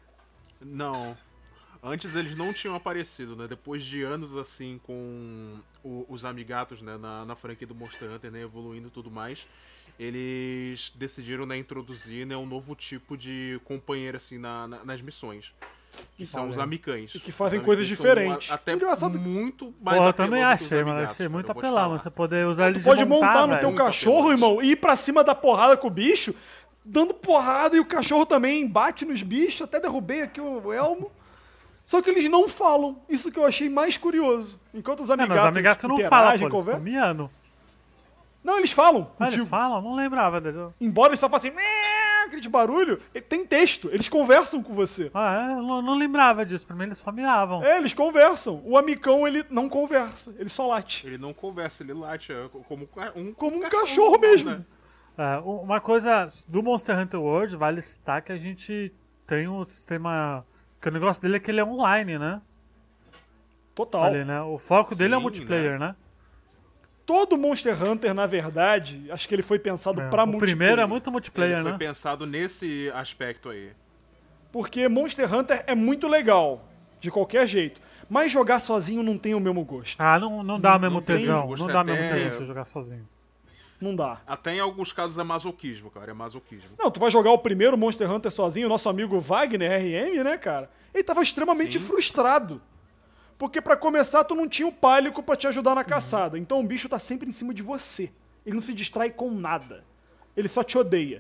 Não. Antes eles não tinham aparecido, né? Depois de anos, assim, com os amigatos, né? Na franquia do Monster Hunter, né? Evoluindo e tudo mais, eles decidiram, né? Introduzir, né? Um novo tipo de companheiro, assim, nas missões. Que são os amicães. E que fazem coisas diferentes. Até engraçado. muito mais eu também achei, mano. Achei muito apelão. Você poder usar ele de pode montar no teu velho. cachorro, irmão, e ir pra cima da porrada com o bicho, dando porrada, e o cachorro também bate nos bichos. Até derrubei aqui o elmo. Só que eles não falam. Isso que eu achei mais curioso. Enquanto os amigatos, mas os amigatos não falam, pô, eles ficam miando. Não, eles falam. Ah, eles falam? Não lembrava dele. Embora eles só façam assim, aquele barulho, tem texto. Eles conversam com você. Ah, eu não lembrava disso. Pra mim eles só miavam. Eles conversam. O amicão, ele não conversa. Ele só late. Ele não conversa, ele late como um cachorro mesmo. Né? Uma coisa do Monster Hunter World, vale citar que a gente tem um sistema... Que o negócio dele é que ele é online, né? Total. Ali, né? O foco dele é o multiplayer, né? Todo Monster Hunter, na verdade, acho que ele foi pensado pra multiplayer. O primeiro é muito multiplayer, ele né? Foi pensado nesse aspecto aí. Porque Monster Hunter é muito legal, de qualquer jeito. Mas jogar sozinho não tem o mesmo gosto. Não dá o mesmo tesão. Não dá o mesmo até... tesão você jogar sozinho. Não dá. Até em alguns casos é masoquismo, cara. É masoquismo. Não, tu vai jogar o primeiro Monster Hunter sozinho, o nosso amigo Wagner, RM, né, cara? Ele tava extremamente frustrado. Porque pra começar, tu não tinha o Pálico pra te ajudar na caçada. Então o bicho tá sempre em cima de você. Ele não se distrai com nada. Ele só te odeia.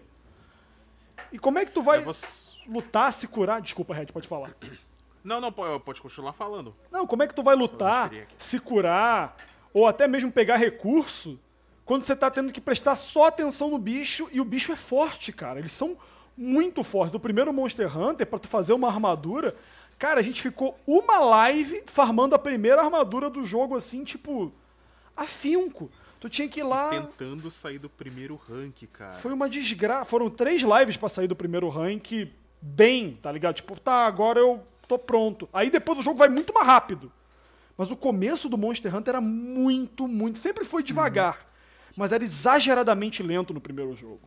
E como é que tu vai lutar, se curar? Desculpa, Red, pode falar. Não, pode continuar falando. Não, como é que tu vai lutar, se curar, ou até mesmo pegar recurso, quando você tá tendo que prestar só atenção no bicho, e o bicho é forte, cara. Eles são muito fortes. Do primeiro Monster Hunter, pra tu fazer uma armadura, cara, a gente ficou uma live farmando a primeira armadura do jogo, assim, tipo, afinco. Tu tinha que ir lá... Tentando sair do primeiro rank, cara. Foi uma desgraça. Foram 3 lives pra sair do primeiro rank bem, tá ligado? Tipo, tá, agora eu tô pronto. Aí depois o jogo vai muito mais rápido. Mas o começo do Monster Hunter era muito... Sempre foi devagar. Mas era exageradamente lento no primeiro jogo.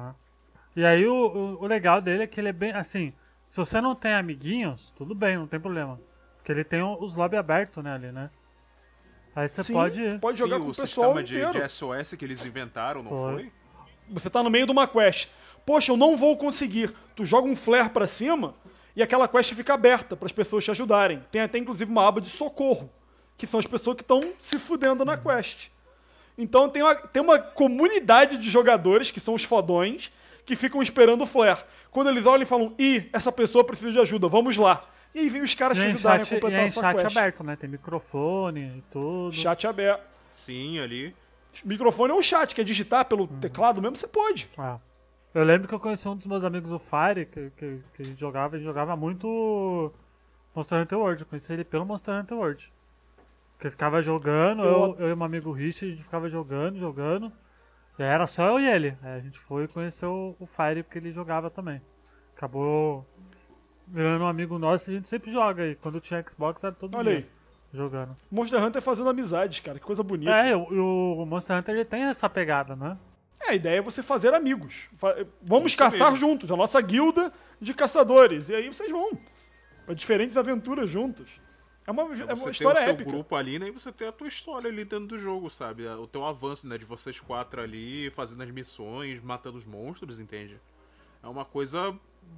E aí o legal dele é que ele é bem, assim, se você não tem amiguinhos, tudo bem, não tem problema. Porque ele tem os lobby abertos, né, ali, né? Aí você pode jogar com o pessoal inteiro. O sistema de SOS que eles inventaram, não foi? Você tá no meio de uma quest. Poxa, eu não vou conseguir. Tu joga um flare pra cima e aquela quest fica aberta para as pessoas te ajudarem. Tem até, inclusive, uma aba de socorro, que são as pessoas que estão se fudendo na quest. Então tem uma comunidade de jogadores, que são os fodões, que ficam esperando o flare. Quando eles olham e falam, essa pessoa precisa de ajuda, vamos lá. E aí vem os caras te ajudarem a completar a sua quest. Chat aberto, né? Tem microfone e tudo. Chat aberto. Sim, ali. Microfone ou chat, quer digitar pelo teclado mesmo, você pode. Eu lembro que eu conheci um dos meus amigos, o Fire, que ele jogava muito Monster Hunter World. Eu conheci ele pelo Monster Hunter World. Porque ficava jogando, eu e meu amigo Richard, a gente ficava jogando. E aí era só eu e ele. Aí a gente foi e conheceu o Fire, porque ele jogava também. Acabou virando um amigo nosso e a gente sempre joga. E quando tinha Xbox era todo dia jogando. Monster Hunter fazendo amizades, cara. Que coisa bonita. O Monster Hunter ele tem essa pegada, né? A ideia é você fazer amigos. Vamos caçar juntos, a nossa guilda de caçadores. E aí vocês vão pra diferentes aventuras juntos. É uma história épica. Você tem o seu grupo ali, né? E você tem a tua história ali dentro do jogo, sabe? O teu avanço, né? De vocês 4 ali, fazendo as missões, matando os monstros, entende? É uma coisa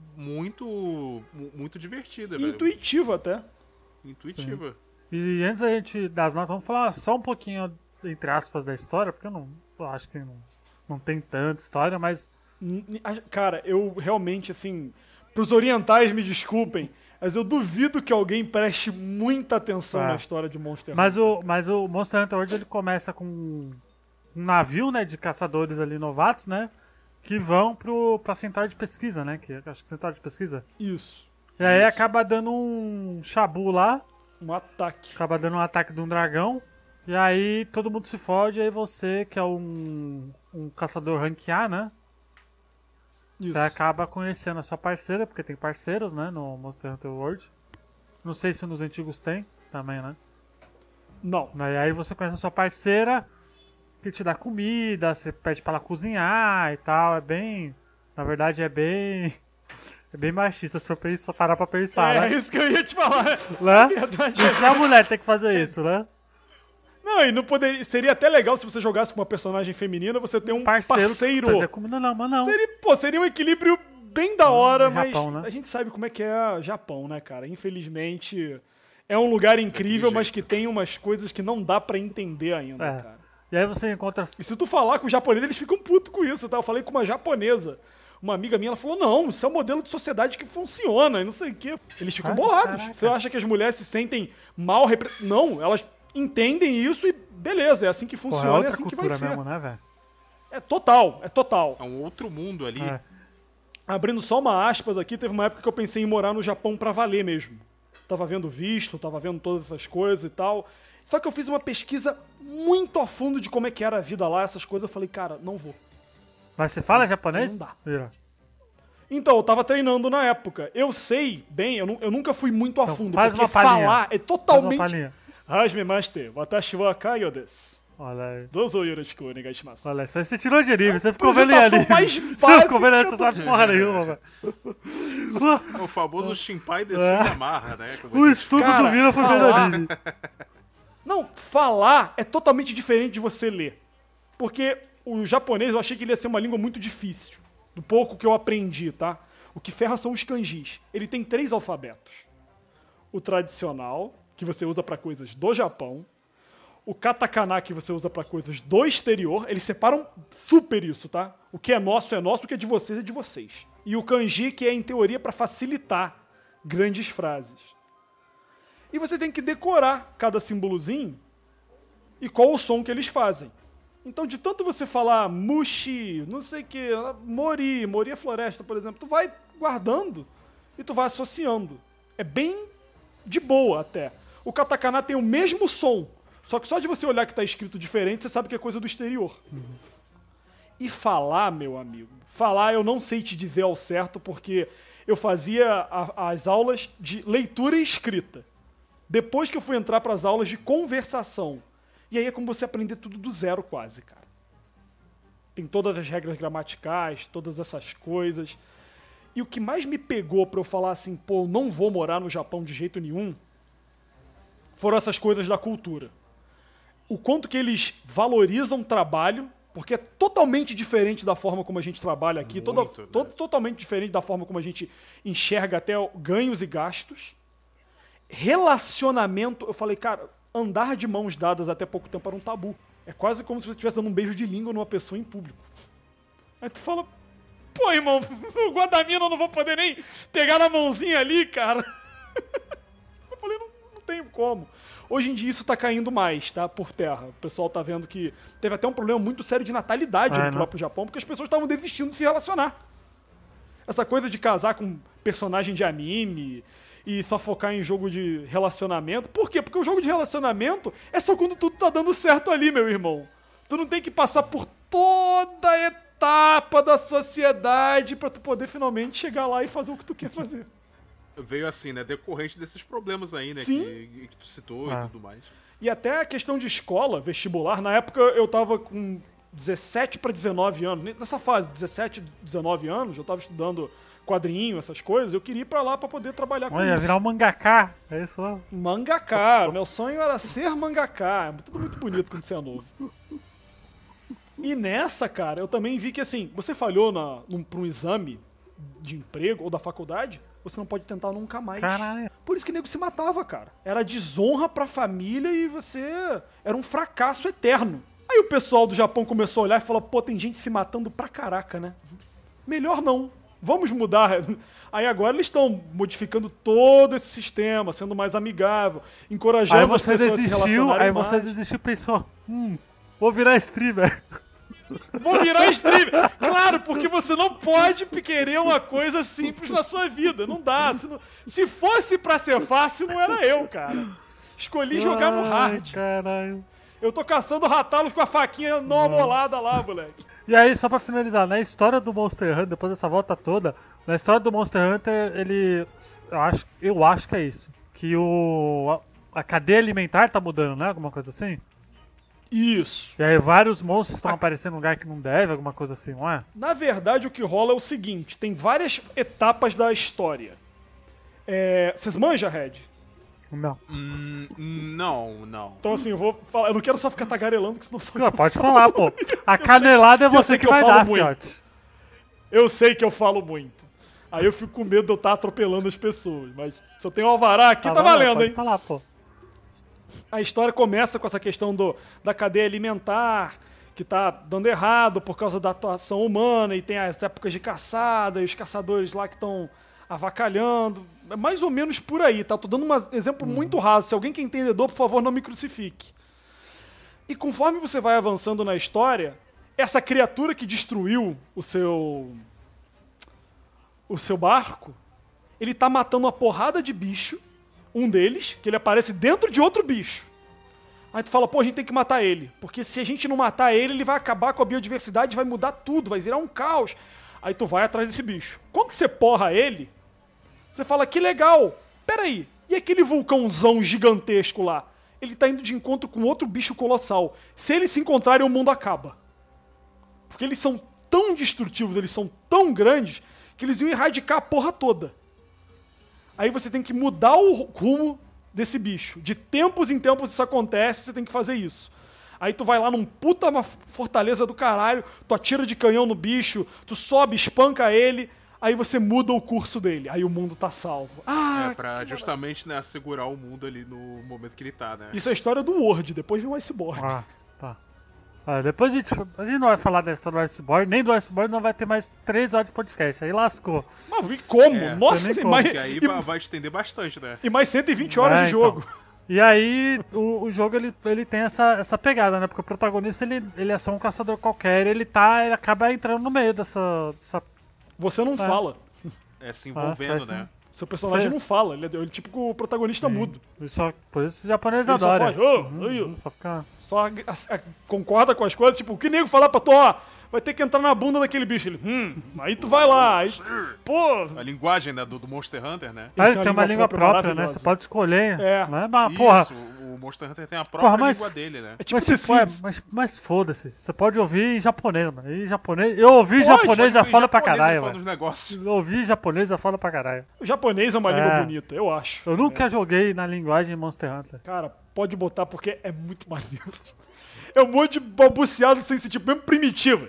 muito divertida, velho. Intuitiva até. Intuitiva. Sim. E antes da gente das notas, vamos falar só um pouquinho, entre aspas, da história, porque eu acho que não tem tanta história, mas... Cara, eu realmente, assim... Pros orientais, me desculpem, mas eu duvido que alguém preste muita atenção na história de Monster Hunter. Mas o Monster Hunter World, ele começa com um navio, né, de caçadores ali novatos, né, que vão pra central de pesquisa, né, acho que central de pesquisa. Isso. E aí acaba dando um shabu lá. Um ataque. Acaba dando um ataque de um dragão. E aí todo mundo se fode. E aí você, que é um caçador rank A, né? Isso. Você acaba conhecendo a sua parceira, porque tem parceiros, né? No Monster Hunter World. Não sei se nos antigos tem também, né? Não. E aí você conhece a sua parceira, que te dá comida, você pede pra ela cozinhar e tal. É bem... Na verdade é bem machista se for parar pra pensar, né? É isso que eu ia te falar. Né? Verdade. E a mulher tem que fazer isso, né? Não, e não poderia. Seria até legal se você jogasse com uma personagem feminina, você ter um parceiro. Fazer comida não, mas não. Seria um equilíbrio bem da hora, mas Japão, né? a gente sabe como é que é Japão, né, cara? Infelizmente, é um lugar incrível, mas que tem umas coisas que não dá pra entender ainda, cara. E aí você encontra... E se tu falar com o japonês, eles ficam putos com isso, tá? Eu falei com uma japonesa. Uma amiga minha, ela falou, não, isso é um modelo de sociedade que funciona, e não sei o quê. Eles ficam bolados. Caraca. Você acha que as mulheres se sentem mal Não, elas entendem isso e beleza, é assim que funciona, Porra, é assim que vai ser. mesmo, né, velho? É total. É um outro mundo ali. É. Abrindo só uma aspas aqui, teve uma época que eu pensei em morar no Japão pra valer mesmo. Tava vendo visto, tava vendo todas essas coisas e tal. Só que eu fiz uma pesquisa muito a fundo de como é que era a vida lá, essas coisas. Eu falei, cara, não vou. Mas você fala japonês? Não dá. Vira. Então, eu tava treinando na época. Eu sei bem, eu nunca fui muito a Então, fundo, faz porque uma palhinha. falar é Faz uma totalmente... palhinha. Hajime Master, watashi wa Kaio desu. Olha aí. Dozo yoroshiku onegaishimasu. Olha, só você tirou de nível, você ficou vendo Apresentação ali. mais Você ficou vendo ali, básica você sabe porra nenhuma, velho. O famoso Shinpai de Sugamarra, né? O estudo Cara, do Vira foi vendo falar- ali. Não, falar é totalmente diferente de você ler. Porque o japonês eu achei que ele ia ser uma língua muito difícil. Do pouco que eu aprendi, tá? O que ferra são os kanjis. Ele tem 3 alfabetos. O tradicional, que você usa pra coisas do Japão. O katakana, que você usa pra coisas do exterior. Eles separam super isso, tá? O que é nosso, o que é de vocês é de vocês. E o kanji, que é, em teoria, pra facilitar grandes frases. E você tem que decorar cada símbolozinho e qual o som que eles fazem. Então, de tanto você falar mushi, não sei o que, mori é floresta, por exemplo, tu vai guardando e tu vai associando. É bem de boa até. O katakana tem o mesmo som, só que só de você olhar que tá escrito diferente, você sabe que é coisa do exterior. E falar, meu amigo, falar eu não sei te dizer ao certo, porque eu fazia as aulas de leitura e escrita. Depois que eu fui entrar para as aulas de conversação. E aí é como você aprender tudo do zero quase, cara. Tem todas as regras gramaticais, todas essas coisas. E o que mais me pegou para eu falar assim, pô, não vou morar no Japão de jeito nenhum, foram essas coisas da cultura. O quanto que eles valorizam o trabalho, porque é totalmente diferente da forma como a gente trabalha aqui, totalmente diferente da forma como a gente enxerga até ganhos e gastos. Relacionamento, eu falei, cara, andar de mãos dadas até pouco tempo era um tabu. É quase como se você estivesse dando um beijo de língua numa pessoa em público. Aí tu fala, pô, irmão, o Guadamina eu não vou poder nem pegar na mãozinha ali, cara. Eu falei, não tem como. Hoje em dia isso tá caindo mais, tá? Por terra. O pessoal tá vendo que teve até um problema muito sério de natalidade no próprio Japão, porque as pessoas estavam desistindo de se relacionar. Essa coisa de casar com personagem de anime e só focar em jogo de relacionamento. Por quê? Porque o jogo de relacionamento é só quando tudo tá dando certo ali, meu irmão. Tu não tem que passar por toda a etapa da sociedade pra tu poder finalmente chegar lá e fazer o que tu quer fazer. Veio assim, né? Decorrente desses problemas aí, né? Sim. Que tu citou e tudo mais. E até a questão de escola, vestibular, na época eu tava com 17 para 19 anos. Nessa fase, 17, 19 anos, eu tava estudando quadrinho, essas coisas, eu queria ir pra lá pra poder trabalhar com Olha, isso. virar um mangaká. É isso lá. Mangaká. Meu sonho era ser mangaká. É tudo muito bonito quando você é novo. E nessa, cara, eu também vi que, assim, você falhou pra um exame de emprego ou da faculdade, você não pode tentar nunca mais. Caralho. Por isso que o nego se matava, cara. Era desonra pra família e você era um fracasso eterno. Aí o pessoal do Japão começou a olhar e falou, pô, tem gente se matando pra caraca, né? Melhor não. Vamos mudar. Aí agora eles estão modificando todo esse sistema, sendo mais amigável, encorajando as pessoas a se relacionarem Aí mais. você desistiu e pensou, vou virar streamer. Vou virar streamer. Claro, porque você não pode querer uma coisa simples na sua vida. Não dá. Se fosse pra ser fácil, não era eu, cara. Escolhi jogar no hard. Caralho. Eu tô caçando ratalos com a faquinha não amolada lá, moleque. E aí, só pra finalizar, na história do Monster Hunter, depois dessa volta toda, na história do Monster Hunter, ele... Eu acho que é isso. Que a cadeia alimentar tá mudando, né? Alguma coisa assim? Isso. E aí vários monstros estão aparecendo em lugar que não deve, alguma coisa assim, não é? Na verdade, o que rola é o seguinte. Tem várias etapas da história. Vocês manjam, Red? Não. Não. Então, assim, eu vou falar. Eu não quero só ficar tagarelando, que senão... Não, pode falar, pô. A canelada é você que vai dar, fiote. Eu sei que eu falo muito. Aí eu fico com medo de eu estar atropelando as pessoas. Mas se eu tenho um alvará aqui, tá valendo, hein? Pode falar, pô. A história começa com essa questão da cadeia alimentar, que tá dando errado por causa da atuação humana, e tem as épocas de caçada, e os caçadores lá que estão avacalhando. É mais ou menos por aí, tá? Tô dando um exemplo muito raso. Se alguém que é entendedor, por favor, não me crucifique. E conforme você vai avançando na história, essa criatura que destruiu o seu barco, ele tá matando uma porrada de bicho, um deles, que ele aparece dentro de outro bicho. Aí tu fala, pô, a gente tem que matar ele, porque se a gente não matar ele, ele vai acabar com a biodiversidade, vai mudar tudo, vai virar um caos. Aí tu vai atrás desse bicho. Quando você porra ele, você fala, que legal, peraí, e aquele vulcãozão gigantesco lá? Ele tá indo de encontro com outro bicho colossal. Se eles se encontrarem, o mundo acaba. Porque eles são tão destrutivos, eles são tão grandes, que eles iam erradicar a porra toda. Aí você tem que mudar o rumo desse bicho. De tempos em tempos isso acontece, você tem que fazer isso. Aí tu vai lá num puta uma fortaleza do caralho, tu atira de canhão no bicho, tu sobe, espanca ele, aí você muda o curso dele. Aí o mundo tá salvo. Pra justamente, né, assegurar o mundo ali no momento que ele tá, né? Isso é a história do Word, depois vem o Iceborne. Tá. Depois a gente não vai falar da história do Iceborne, nem do Iceborne, não vai ter mais 3 horas de podcast. Aí lascou. Mas e como? Nossa, porque aí vai estender bastante, né? E mais 120 horas de jogo. Então. E aí, o jogo ele tem essa pegada, né? Porque o protagonista ele é só um caçador qualquer, ele acaba entrando no meio dessa... Você não fala. Se envolvendo, né? Seu personagem não fala, ele é tipo o protagonista mudo. Por isso o japonês ele adora. Só faz, só concorda com as coisas, tipo, o que nego falar pra tu, vai ter que entrar na bunda daquele bicho. Ele, aí tu vai lá, aí, pô... A linguagem, né, do Monster Hunter, né? Ele tem uma língua própria, né? Você pode escolher. Né? Mas, porra, o Monster Hunter tem a própria língua dele, né? É tipo mas foda-se. Você pode ouvir em japonês, mano. Eu ouvi japonês já fala pra caralho, mano. Eu ouvi japonês já fala pra caralho. O japonês é uma língua bonita, eu acho. Eu nunca joguei na linguagem Monster Hunter. Cara, pode botar porque é muito maneiro. É um monte de balbuciado sem sentido, bem primitivo.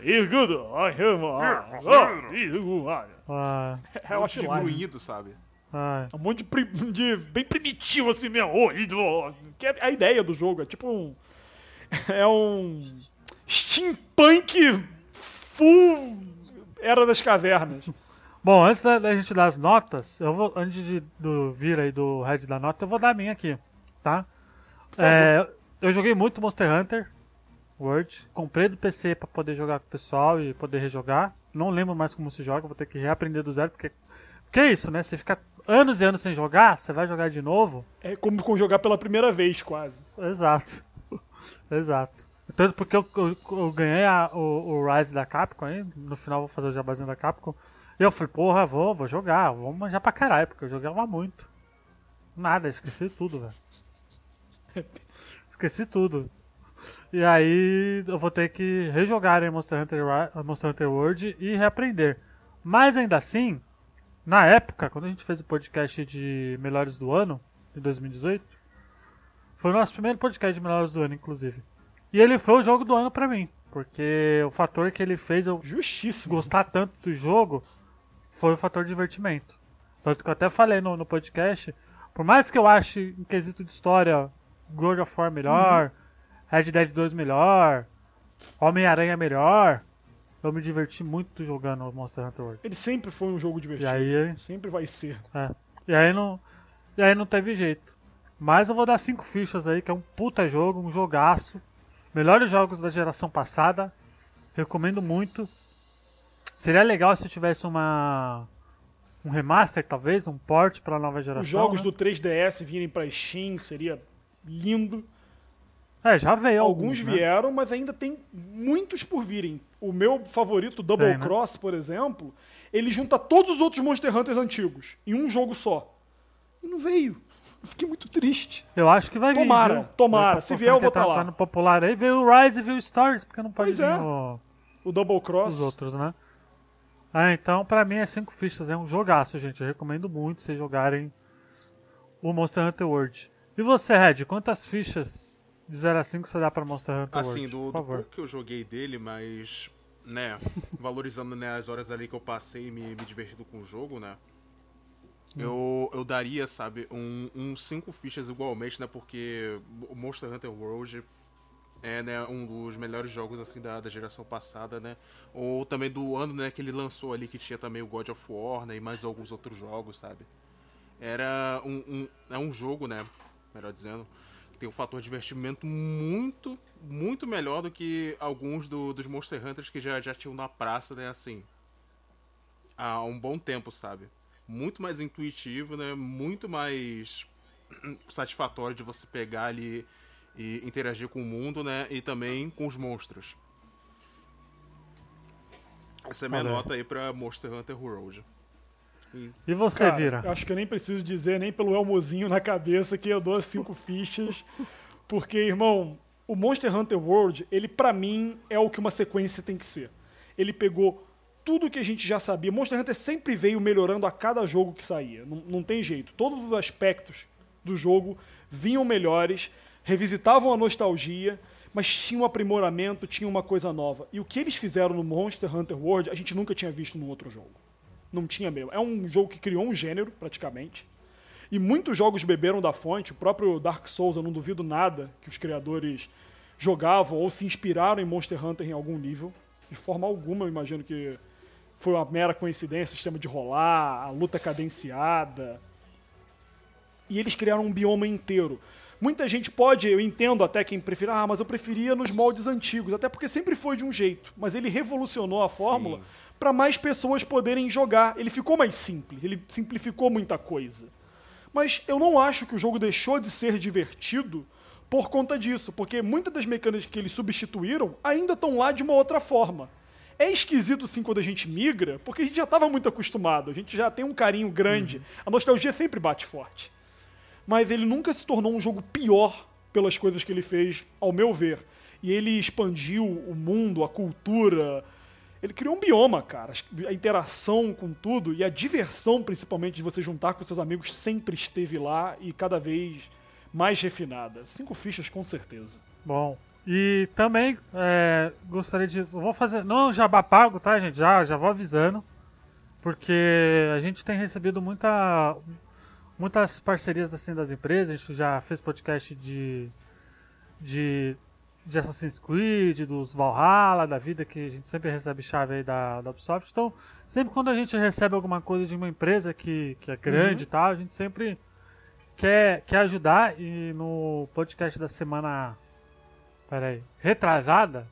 É um monte de gruído, sabe? Um monte de bem primitivo assim mesmo. Que é a ideia do jogo. É tipo é um steampunk full Era das Cavernas. Bom, antes da gente dar as notas, antes do vir aí do Red da nota, eu vou dar a minha aqui, tá? Eu joguei muito Monster Hunter World, comprei do PC pra poder jogar com o pessoal e poder rejogar. Não lembro mais como se joga, vou ter que reaprender do zero, porque é isso, né? Você fica anos e anos sem jogar, você vai jogar de novo. É como jogar pela primeira vez, quase. Exato. Tanto porque eu ganhei o Rise da Capcom aí, no final vou fazer o jabazinho da Capcom. E eu falei, porra, vou jogar, vou manjar pra caralho, porque eu jogava muito. Nada, esqueci tudo, velho. Esqueci tudo. E aí eu vou ter que rejogar em Monster Hunter World e reaprender. Mas ainda assim, na época, quando a gente fez o podcast de Melhores do Ano, de 2018, foi o nosso primeiro podcast de Melhores do Ano, inclusive. E ele foi o jogo do ano pra mim, porque o fator que ele fez eu gostar tanto do jogo foi o fator divertimento. Tanto que eu até falei no podcast, por mais que eu ache, em quesito de história, God of War melhor, Red Dead 2 melhor, Homem-Aranha melhor, eu me diverti muito jogando Monster Hunter World. Ele sempre foi um jogo divertido. E aí, sempre vai ser. E aí não teve jeito. Mas eu vou dar 5 fichas aí, que é um puta jogo, um jogaço. Melhores jogos da geração passada. Recomendo muito. Seria legal se tivesse um remaster, talvez, um port para a nova geração. Os jogos né? do 3DS virem para Steam, seria lindo. Já veio Alguns né? vieram, mas ainda tem muitos por virem. O meu favorito, Double Cross, por exemplo, ele junta todos os outros Monster Hunters antigos em um jogo só. E não veio. Eu fiquei muito triste. Eu acho que vai vir. Tomara. Se vier, eu vou estar lá. Tá no popular aí, veio o Rise e veio o Stories, porque não pode vir o Double Cross. Os outros, né? Então, pra mim é 5 fichas. É um jogaço, gente. Eu recomendo muito vocês jogarem o Monster Hunter World. E você, Red, quantas fichas de 0 a 5 você dá pra Monster Hunter World? Assim, do pouco que eu joguei dele, mas, né, valorizando, né, as horas ali que eu passei e me divertindo com o jogo, né, eu daria, sabe, um 5 fichas igualmente, né, porque o Monster Hunter World é, né, um dos melhores jogos, assim, da geração passada, né, ou também do ano, né, que ele lançou ali, que tinha também o God of War, né, e mais alguns outros jogos, sabe. Era um jogo, né, melhor dizendo, que tem um fator de divertimento muito, muito melhor do que alguns dos Monster Hunters que já tinham na praça, né, assim, há um bom tempo, sabe. Muito mais intuitivo, né, muito mais satisfatório de você pegar ali e interagir com o mundo, né, e também com os monstros. Essa é a minha nota aí pra Monster Hunter World. E você, cara, Vira? Eu acho que eu nem preciso dizer, nem pelo elmozinho na cabeça, que eu dou 5 fichas. Porque, irmão, o Monster Hunter World, ele pra mim é o que uma sequência tem que ser. Ele pegou tudo que a gente já sabia. Monster Hunter sempre veio melhorando a cada jogo que saía. Não tem jeito. Todos os aspectos do jogo vinham melhores, revisitavam a nostalgia, mas tinha um aprimoramento, tinha uma coisa nova. E o que eles fizeram no Monster Hunter World, a gente nunca tinha visto num outro jogo. Não tinha mesmo. É um jogo que criou um gênero, praticamente. E muitos jogos beberam da fonte. O próprio Dark Souls, eu não duvido nada que os criadores jogavam ou se inspiraram em Monster Hunter em algum nível. De forma alguma, eu imagino que foi uma mera coincidência, o sistema de rolar, a luta cadenciada. E eles criaram um bioma inteiro. Muita gente pode, eu entendo até quem prefere, mas eu preferia nos moldes antigos, até porque sempre foi de um jeito. Mas ele revolucionou a fórmula para mais pessoas poderem jogar. Ele ficou mais simples, ele simplificou muita coisa. Mas eu não acho que o jogo deixou de ser divertido por conta disso, porque muitas das mecânicas que eles substituíram ainda estão lá de uma outra forma. É esquisito, sim, quando a gente migra, porque a gente já estava muito acostumado, a gente já tem um carinho grande, a nostalgia sempre bate forte. Mas ele nunca se tornou um jogo pior pelas coisas que ele fez, ao meu ver. E ele expandiu o mundo, a cultura. Ele criou um bioma, cara. A interação com tudo e a diversão, principalmente, de você juntar com seus amigos, sempre esteve lá e cada vez mais refinada. 5 fichas, com certeza. Bom, e também gostaria de... Vou fazer... Não jabá pago, tá, gente? Já vou avisando. Porque a gente tem recebido muitas parcerias assim das empresas. A gente já fez podcast de Assassin's Creed, dos Valhalla, da vida, que a gente sempre recebe chave aí da Ubisoft. Então, sempre quando a gente recebe alguma coisa de uma empresa que é grande e tal, a gente sempre quer ajudar. E no podcast da semana... Peraí. Retrasada?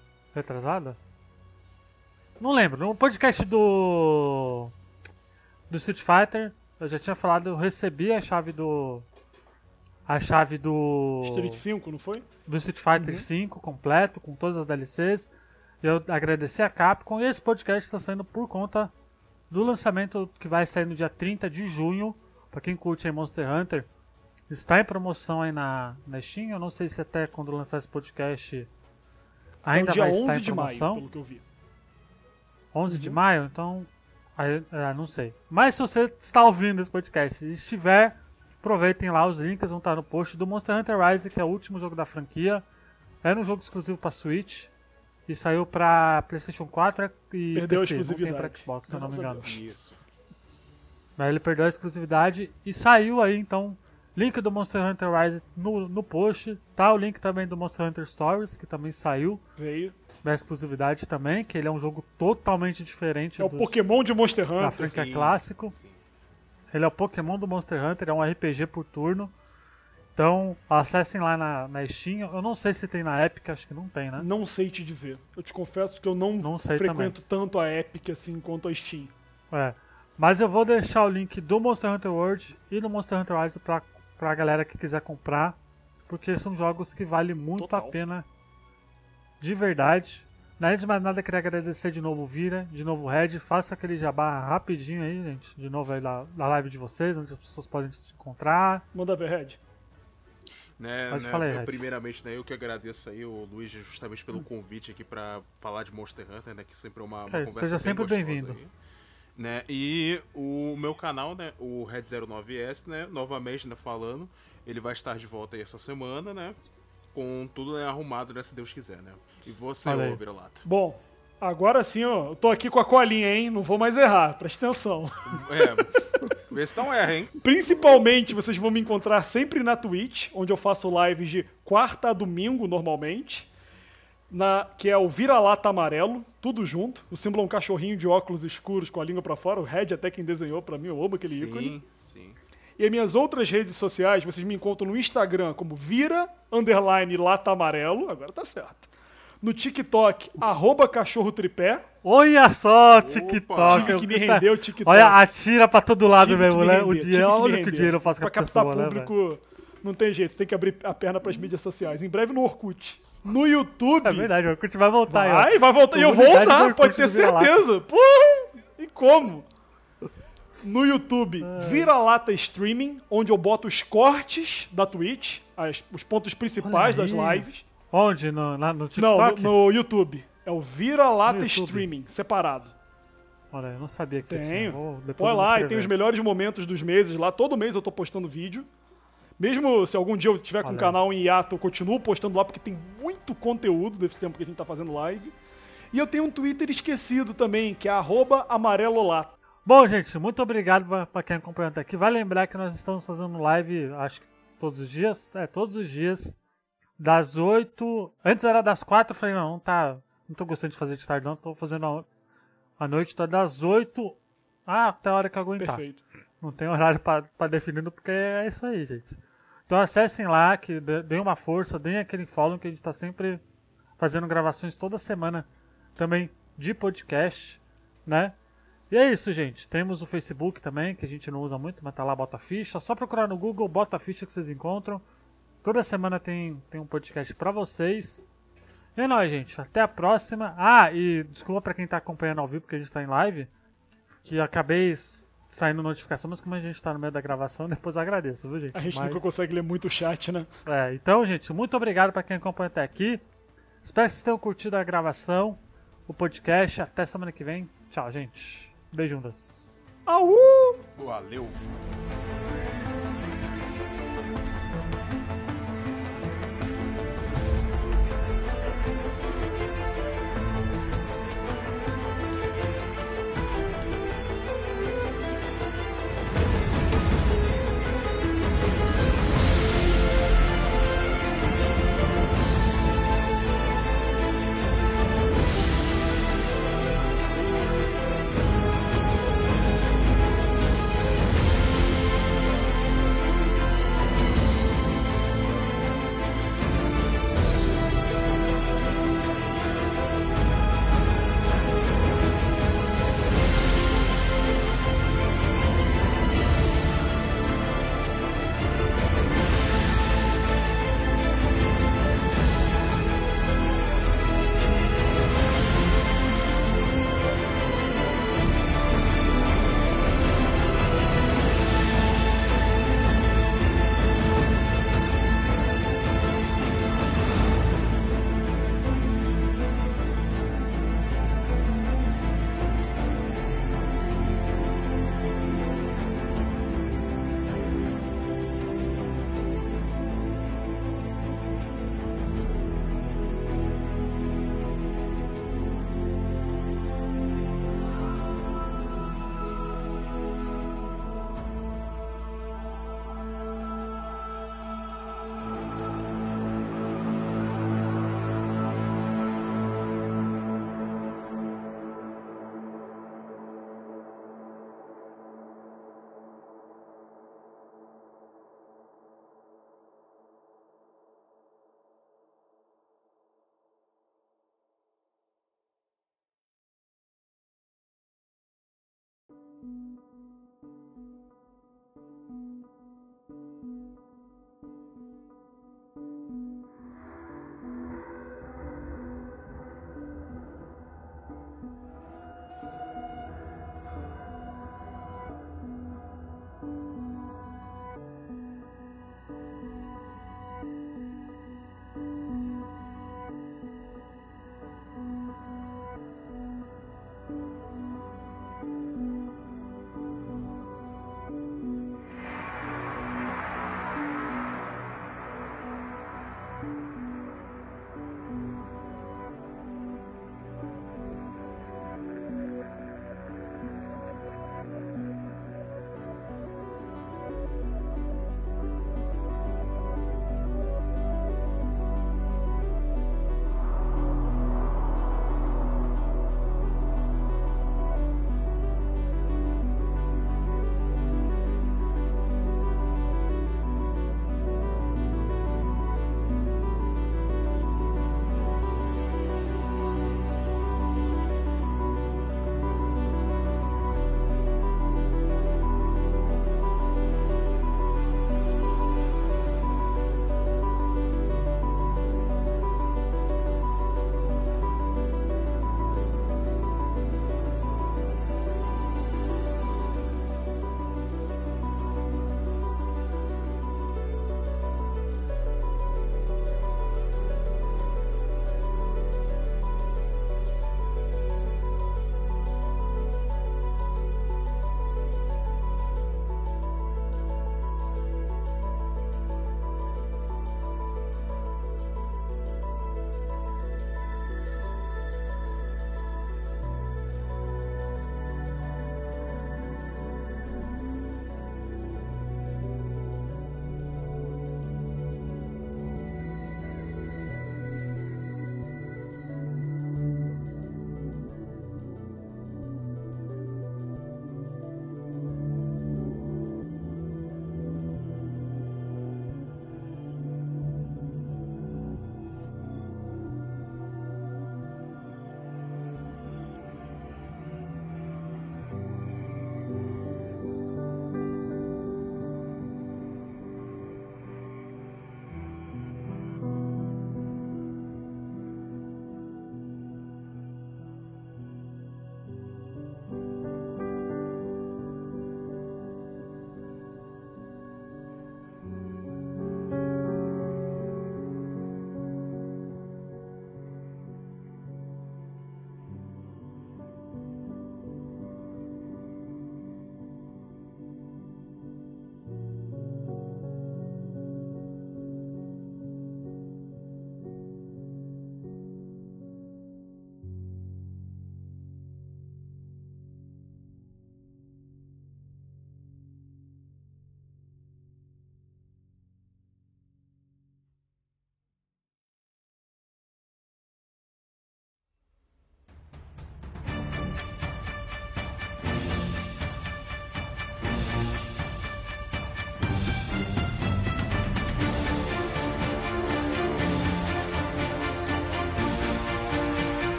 Não lembro. No podcast do Street Fighter, eu já tinha falado, eu recebi a chave do Street 5, não foi? Do Street Fighter 5 completo, com todas as DLCs. Eu agradeci a Capcom, e esse podcast está saindo por conta do lançamento que vai sair no dia 30 de junho. Para quem curte aí Monster Hunter, está em promoção aí na Steam. Eu não sei se até quando lançar esse podcast ainda vai estar em promoção. Dia 11 de maio, pelo que eu vi. 11 de maio? Então, não sei. Mas se você está ouvindo esse podcast e estiver, aproveitem lá, os links vão estar no post do Monster Hunter Rise, que é o último jogo da franquia. Era um jogo exclusivo para Switch e saiu para PlayStation 4 e perdeu PC, a exclusividade. não tem para Xbox, se eu não me engano. Isso. Mas ele perdeu a exclusividade e saiu aí, então, link do Monster Hunter Rise no post. Tá o link também do Monster Hunter Stories, que também saiu. Veio. Da exclusividade também, que ele é um jogo totalmente diferente. É o Pokémon de Monster Hunter. Da franquia clássico. Ele é o Pokémon do Monster Hunter, é um RPG por turno. Então, acessem lá na Steam. Eu não sei se tem na Epic, acho que não tem, né? Não sei te dizer. Eu te confesso que eu não frequento tanto a Epic assim quanto a Steam. Mas eu vou deixar o link do Monster Hunter World e do Monster Hunter Rise pra galera que quiser comprar, porque são jogos que valem muito a pena, de verdade. Não é de mais nada, queria agradecer de novo o Vira, de novo o Red. Faça aquele jabá rapidinho aí, gente, de novo aí da live de vocês, onde as pessoas podem te encontrar. Manda ver, Red. Primeiramente, eu que agradeço aí o Luiz justamente pelo convite aqui pra falar de Monster Hunter, né, que sempre é uma conversa seja sempre bem-vindo. Né, e o meu canal, né, o Red09S, né, novamente, né, falando, ele vai estar de volta aí essa semana, né, com tudo, né, arrumado, né, se Deus quiser, né. E você, ô Vira-Lata? Bom, agora sim, ó, eu tô aqui com a colinha, hein, não vou mais errar, presta atenção. Vê se não erra, hein. Principalmente, vocês vão me encontrar sempre na Twitch, onde eu faço lives de quarta a domingo, normalmente. Que é o Vira-Lata Amarelo, tudo junto. O símbolo é um cachorrinho de óculos escuros com a língua pra fora. O Red até quem desenhou pra mim, eu amo aquele ícone. Sim. E as minhas outras redes sociais, vocês me encontram no Instagram como Vira_Lata Amarelo, agora tá certo. No TikTok, @cachorro-tripé. Olha só, TikTok. Tive que me render o TikTok. Olha, atira pra todo lado mesmo, né? Olha que dinheiro eu faço com a pessoa, pra captar público, não tem jeito, tem que abrir a perna pras mídias sociais. Em breve no Orkut. No YouTube... É verdade, o Orkut vai voltar. Vai voltar. E eu vou usar, pode ter certeza. Porra! E como? No YouTube, Vira-Lata Streaming, onde eu boto os cortes da Twitch, os pontos principais das lives. Onde? No TikTok? Não, no YouTube. É o Vira-Lata Streaming, separado. Olha, eu não sabia que você tinha. Depois olha lá, e tem os melhores momentos dos meses lá. Todo mês eu tô postando vídeo. Mesmo se algum dia eu tiver com um canal em hiato, eu continuo postando lá, porque tem muito conteúdo desse tempo que a gente tá fazendo live. E eu tenho um Twitter esquecido também, que é @amarelolata. Bom, gente, muito obrigado pra quem acompanhou até aqui. Vai lembrar que nós estamos fazendo live, acho que todos os dias. Todos os dias. Das 8... Antes era das 4, eu falei, não tô gostando de fazer de tarde não, tô fazendo à noite, então é das 8 até a hora que eu aguentar. Perfeito. Não tem horário pra definir, porque é isso aí, gente. Então acessem lá, que deem uma força, deem aquele follow, que a gente tá sempre fazendo gravações toda semana também de podcast, né? E é isso, gente. Temos o Facebook também, que a gente não usa muito, mas tá lá, Bota Ficha. Só procurar no Google, Bota Ficha, que vocês encontram. Toda semana tem um podcast pra vocês. E é nóis, gente. Até a próxima. E desculpa pra quem tá acompanhando ao vivo, porque a gente tá em live, que acabei saindo notificação, mas como a gente tá no meio da gravação, depois eu agradeço, viu, gente? A gente nunca consegue ler muito o chat, né? Então, gente, muito obrigado pra quem acompanha até aqui. Espero que vocês tenham curtido a gravação, o podcast. Até semana que vem. Tchau, gente. Beijundas. Au! Valeu.